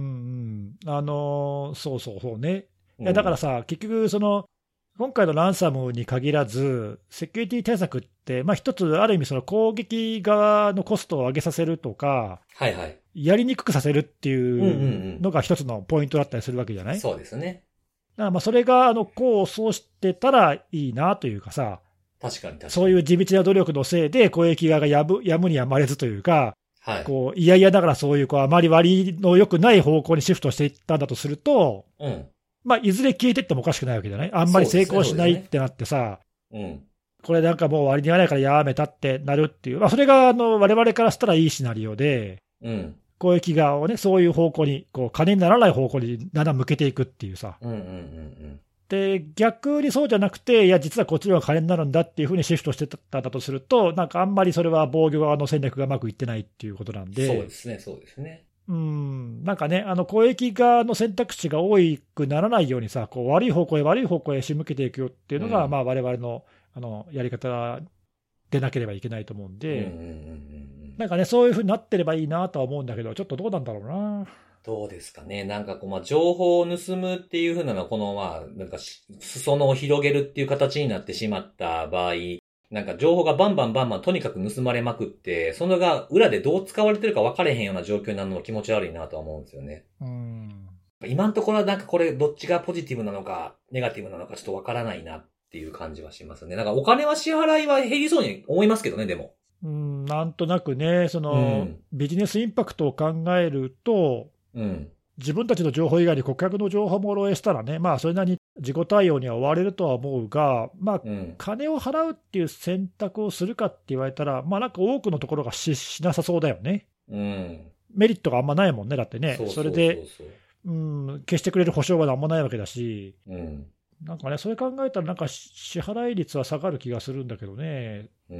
[SPEAKER 2] あのー、そうそうそうね。
[SPEAKER 1] うん、
[SPEAKER 2] いやだからさ、結局その、今回のランサムに限らず、セキュリティ対策って、まあ、一つ、ある意味、その攻撃側のコストを上げさせるとか、
[SPEAKER 1] はいはい、
[SPEAKER 2] やりにくくさせるっていうのが一つのポイントだったりするわけじゃない？
[SPEAKER 1] そうですね。
[SPEAKER 2] だからまあそれがあの功を奏してたらいいなというかさ、
[SPEAKER 1] 確かに確かに。
[SPEAKER 2] そういう地道な努力のせいで、攻撃側がやぶやむにやまれずというか、
[SPEAKER 1] はい、
[SPEAKER 2] こういやいやながらそういうこうあまり割の良くない方向にシフトしていったんだとすると、
[SPEAKER 1] うん
[SPEAKER 2] まあ、いずれ消えていってもおかしくないわけじゃない？あんまり成功しないってなってさ、
[SPEAKER 1] ねうん、
[SPEAKER 2] これなんかもう割に合わないからやめたってなるっていう、まあ、それがあの我々からしたらいいシナリオで、
[SPEAKER 1] うん、
[SPEAKER 2] 攻撃側をね、そういう方向に、こう金にならない方向にだんだん向けていくっていうさ。
[SPEAKER 1] うんうんうんうん
[SPEAKER 2] で、逆にそうじゃなくて、いや、実はこっちの方が金になるんだっていうふうにシフトしてたんだとすると、なんかあんまりそれは防御側の戦略がうまくいってないっていうことなんで。
[SPEAKER 1] そうですね、そうですね。
[SPEAKER 2] うん、なんかね、あの攻撃側の選択肢が多くならないようにさ、こう悪い方向へ悪い方向へ仕向けていくよっていうのが、うん、まあ我々のあのやり方でなければいけないと思うんで、うんうんうんうん、なんかね、そういうふうになってればいいなとは思うんだけど、ちょっとどうなんだろうな。
[SPEAKER 1] どうですかね。なんかこう、まあ、情報を盗むっていう風なのは、この、まあ、なんか、裾野を広げるっていう形になってしまった場合、なんか情報がバンバンバンバンとにかく盗まれまくって、そのが裏でどう使われてるか分かれへんような状況になるのも気持ち悪いなとは思うんですよね。
[SPEAKER 2] うん。
[SPEAKER 1] 今のところはなんかこれどっちがポジティブなのか、ネガティブなのかちょっと分からないなっていう感じはしますね。なんかお金は支払いは減りそうに思いますけどね、でも。
[SPEAKER 2] うん、なんとなくね、その、うん、ビジネスインパクトを考えると、
[SPEAKER 1] うん。
[SPEAKER 2] 自分たちの情報以外に顧客の情報も漏洩したらね、まあ、それなりに自己対応には追われるとは思うが、まあ、うん、金を払うっていう選択をするかって言われたら、まあ、なんか多くのところが し, しなさそうだよね、
[SPEAKER 1] うん。
[SPEAKER 2] メリットがあんまないもんね、だってね、
[SPEAKER 1] そうそうそうそう、
[SPEAKER 2] それで、うん、消してくれる保証はなんもないわけだし、
[SPEAKER 1] うん、
[SPEAKER 2] なんかね、それ考えたら、なんか支払い率は下がる気がするんだけどね。
[SPEAKER 1] うん、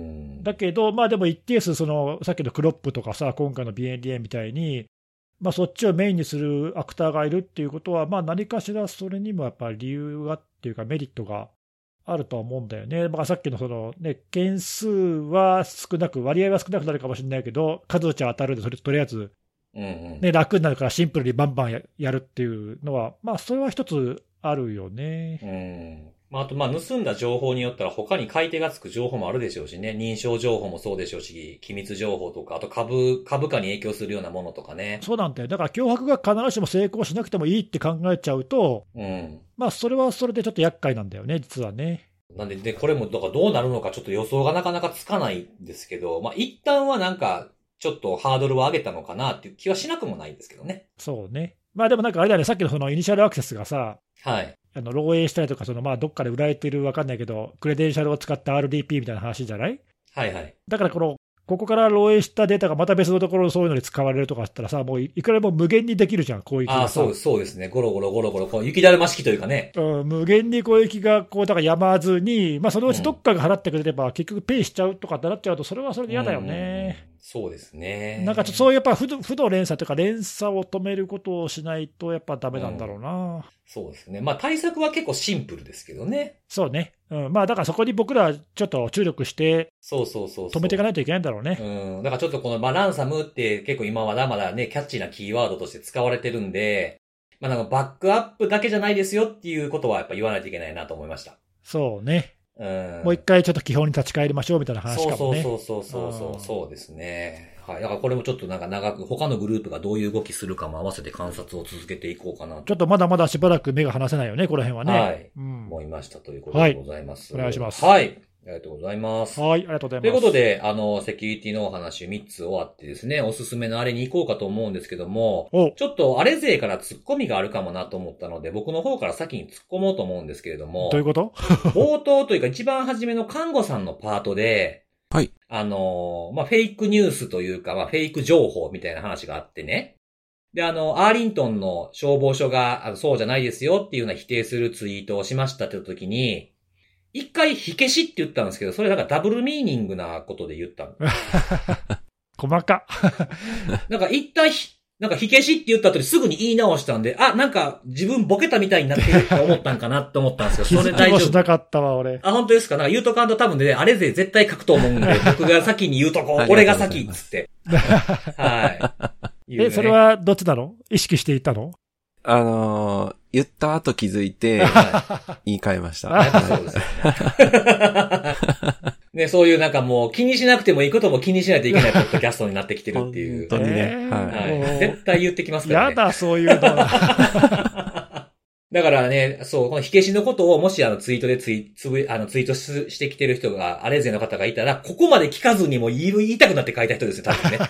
[SPEAKER 2] だけど、まあでも一定数、そのさっきのクロップとかさ、今回の ビーエヌディーエー みたいに、まあ、そっちをメインにするアクターがいるっていうことは、まあ、何かしらそれにもやっぱり理由がっていうか、メリットがあるとは思うんだよね。まあ、さっきのその、ね、件数は少なく、割合は少なくなるかもしれないけど、数打ち当たるで、それとりあえず、ね、楽になるからシンプルにバンバン や, やるっていうのは、まあ、それは一つあるよね。
[SPEAKER 1] うんまあ、あと、まあ、盗んだ情報によったら他に買い手がつく情報もあるでしょうしね。認証情報もそうでしょうし、機密情報とか、あと株、株価に影響するようなものとかね。
[SPEAKER 2] そうなんだよ。だから脅迫が必ずしも成功しなくてもいいって考えちゃうと、うん。まあ、それはそれでちょっと厄介なんだよね、実はね。
[SPEAKER 1] なんで、で、これも、だからどうなるのかちょっと予想がなかなかつかないんですけど、まあ、一旦はなんか、ちょっとハードルを上げたのかなっていう気はしなくもないんですけどね。
[SPEAKER 2] そうね。まあでもなんかあれだね、さっきのそのイニシャルアクセスがさ、
[SPEAKER 1] はい。
[SPEAKER 2] あの漏洩したりとか、そのまあどっかで売られてるわかんないけど、クレデンシャルを使った アールディーピー みたいな話じゃない？
[SPEAKER 1] はいはい。
[SPEAKER 2] だからこの、ここから漏洩したデータがまた別のところそういうのに使われるとかしたらさ、もういくらでも無限にできるじゃん、攻撃がさ。
[SPEAKER 1] ああ、そう、そうですね。ゴロゴロゴロゴロ、こう雪だるま式というかね。
[SPEAKER 2] うん、無限に攻撃がこう、だからやまずに、まあそのうちどっかが払ってくれれば、うん、結局ペイしちゃうとかってなっちゃうと、それはそれで嫌だよね。
[SPEAKER 1] うん、そうですね。
[SPEAKER 2] なんかちょっとそういうやっぱ負の連鎖というか連鎖を止めることをしないとやっぱダメなんだろうな。うん、
[SPEAKER 1] そうですね。まあ対策は結構シンプルですけどね。
[SPEAKER 2] そうね。うん、まあだからそこに僕らちょっと注力して、
[SPEAKER 1] そうそうそう。
[SPEAKER 2] 止めていかないといけないんだろうね。
[SPEAKER 1] うん。だからちょっとこの、まあランサムって結構今まだまだね、キャッチーなキーワードとして使われてるんで、まあなんかバックアップだけじゃないですよっていうことはやっぱ言わないといけないなと思いました。
[SPEAKER 2] そうね。
[SPEAKER 1] うん。
[SPEAKER 2] もう一回ちょっと基本に立ち返りましょうみたいな話かもね。
[SPEAKER 1] そうそうそうそうそう、そうですね。はい。だからこれもちょっとなんか長く、他のグループがどういう動きするかも合わせて観察を続けていこうかなと。
[SPEAKER 2] ちょっとまだまだしばらく目が離せないよね、この辺はね。
[SPEAKER 1] はい。うん、思いましたということでございます。
[SPEAKER 2] はい、お願いします。
[SPEAKER 1] はい。ありがとうございます。
[SPEAKER 2] はい、ありがとうございます。
[SPEAKER 1] ということで、あの、セキュリティのお話みっつ終わってですね、おすすめのあれに行こうかと思うんですけども、ちょっとあれ勢から突っ込みがあるかもなと思ったので、僕の方から先に突っ込もうと思うんですけれども、
[SPEAKER 2] どういうこと
[SPEAKER 1] 冒頭というか一番初めの看護さんのパートで、
[SPEAKER 3] はい。
[SPEAKER 1] あの、まあ、フェイクニュースというか、まあ、フェイク情報みたいな話があってね。で、あの、アーリントンの消防署が、あのそうじゃないですよっていうような否定するツイートをしましたって言った時に、一回火消しって言ったんですけど、それなんかダブルミーニングなことで言ったの。
[SPEAKER 2] 細か。
[SPEAKER 1] なんか一旦ひ、なんか火消しって言った後にすぐに言い直したんで、あ、なんか自分ボケたみたいになってるって思ったんかなって思ったんですけど、それ大丈夫。
[SPEAKER 2] 気づきもしなかったわ、俺。
[SPEAKER 1] あ、本当ですか？なんか言うとかんと多分ね、あれぜ絶対書くと思うんで、僕が先に言うとこう、俺が先っつって。はい。
[SPEAKER 2] ね、え、それはどっちなの？意識していたの？
[SPEAKER 3] あのー、言った後気づいて、言い換えました。
[SPEAKER 1] やっぱそうですよね。ね、そういうなんかもう気にしなくてもいいことも気にしないといけないポッドキャストになってきてるっていう。
[SPEAKER 3] 本当にね。
[SPEAKER 1] えー、はい。絶対言ってきますからね。
[SPEAKER 2] やだ、そういうの。だ
[SPEAKER 1] からね、そう、この火消しのことをもしあのツイートでツイつぶあのツイートししてきてる人が、アレゼの方がいたら、ここまで聞かずにも言い言いたくなって書いた人ですよ、多分ね。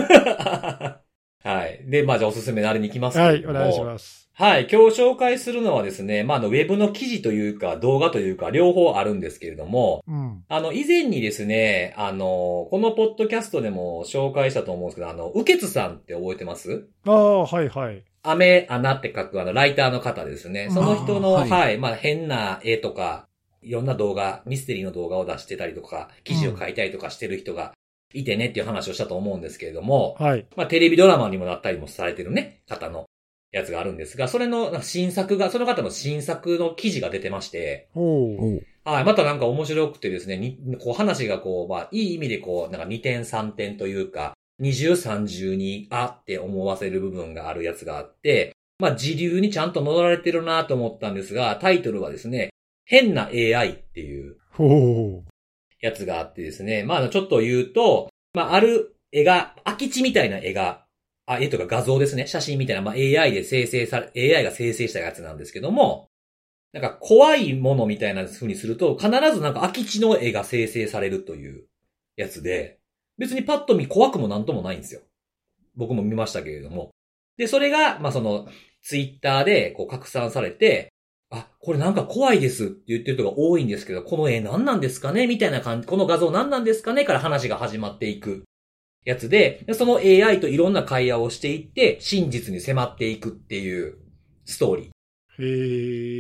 [SPEAKER 1] はい。で、まあじゃあおすすめのあれに行きますけれども。
[SPEAKER 2] はい、お願いします。
[SPEAKER 1] はい。今日紹介するのはですね、まあ、あの、ウェブの記事というか、動画というか、両方あるんですけれども、うん、あの、以前にですね、あの、このポッドキャストでも紹介したと思うんですけど、あの、ウケツさんって覚えてます？
[SPEAKER 2] ああ、はいはい。
[SPEAKER 1] アメ、アナって書くあの、ライターの方ですね。その人の、はい、はい、まあ、変な絵とか、いろんな動画、ミステリーの動画を出してたりとか、記事を書いたりとかしてる人がいてねっていう話をしたと思うんですけれども、はい。まあ、テレビドラマにもなったりもされてるね、方のやつがあるんですが、それの新作が、その方の新作の記事が出てまして、はい、またなんか面白くてですね、にこう話がこう、まあ、いい意味でこう、なんかにてんさんてんというか、二重三重にあって思わせる部分があるやつがあって、まあ、時流にちゃんと乗られてるなと思ったんですが、タイトルはですね、変な エーアイ っていうやつがあってですね、まあ、ちょっと言うと、まあ、ある絵が、空き地みたいな絵が、あ、絵とか画像ですね。写真みたいな、まあ、エーアイ で生成され、エーアイ が生成したやつなんですけども、なんか怖いものみたいな風にすると、必ずなんか空き地の絵が生成されるというやつで、別にパッと見怖くもなんともないんですよ。僕も見ましたけれども。で、それが、まあ、その、ツイッターでこう拡散されて、あ、これなんか怖いですって言ってる人が多いんですけど、この絵何なんですかねみたいな感じ、この画像何なんですかねから話が始まっていく。やつで、その エーアイ といろんな会話をしていって、真実に迫っていくっていうストーリー。
[SPEAKER 2] へー。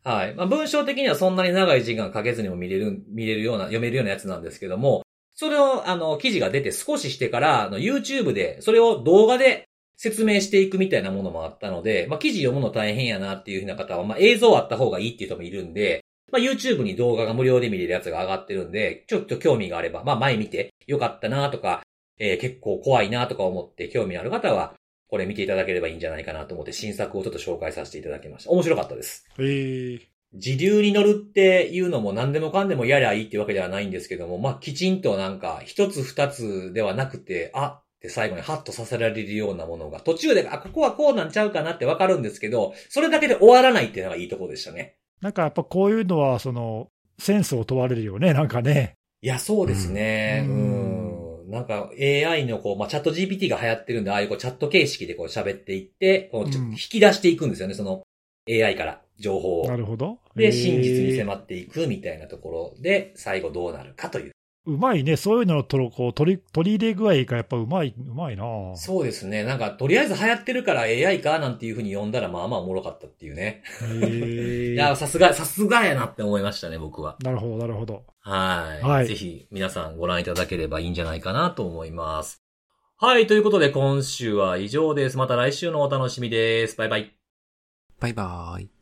[SPEAKER 1] はい。まあ、文章的にはそんなに長い時間かけずにも見れる、見れるような、読めるようなやつなんですけども、それを、あの、記事が出て少ししてから、あの、YouTube で、それを動画で説明していくみたいなものもあったので、まあ、記事読むの大変やなっていうふうな方は、まあ、映像あった方がいいっていう人もいるんで、まあ、YouTube に動画が無料で見れるやつが上がってるんで、ちょっと興味があれば、まあ、前見てよかったなとか、えー、結構怖いなとか思って興味ある方は、これ見ていただければいいんじゃないかなと思って新作をちょっと紹介させていただきました。面白かったです。
[SPEAKER 2] へー。
[SPEAKER 1] 時流に乗るっていうのも何でもかんでもやりゃいいってわけではないんですけども、まあ、きちんとなんか一つ二つではなくて、あって最後にハッとさせられるようなものが途中で、あ、ここはこうなんちゃうかなってわかるんですけど、それだけで終わらないっていうのがいいところでしたね。
[SPEAKER 2] なんかやっぱこういうのは、その、センスを問われるよね、なんかね。
[SPEAKER 1] いや、そうですね。
[SPEAKER 2] うん。
[SPEAKER 1] うんなんか エーアイ のこう、まあ、チャット ジーピーティー が流行ってるんで、ああいうこうチャット形式でこう喋っていって、こうちょっと引き出していくんですよね、その エーアイ から情報を。
[SPEAKER 2] なるほど。
[SPEAKER 1] で、真実に迫っていくみたいなところで、最後どうなるかという。
[SPEAKER 2] うまいね。そういうののとろこう取り、取り入れ具合がやっぱうまい、うまいな。
[SPEAKER 1] そうですね。なんか、とりあえず流行ってるから エーアイ かなんていう風に読んだら、まあまあおもろかったっていうね。
[SPEAKER 2] へ
[SPEAKER 1] いや、さすが、さすがやなって思いましたね、僕は。
[SPEAKER 2] なるほど、なるほど。
[SPEAKER 1] はい。
[SPEAKER 2] はい。
[SPEAKER 1] ぜひ、皆さんご覧いただければいいんじゃないかなと思います。はい。ということで、今週は以上です。また来週のお楽しみです。バイバイ。
[SPEAKER 3] バイバーイ。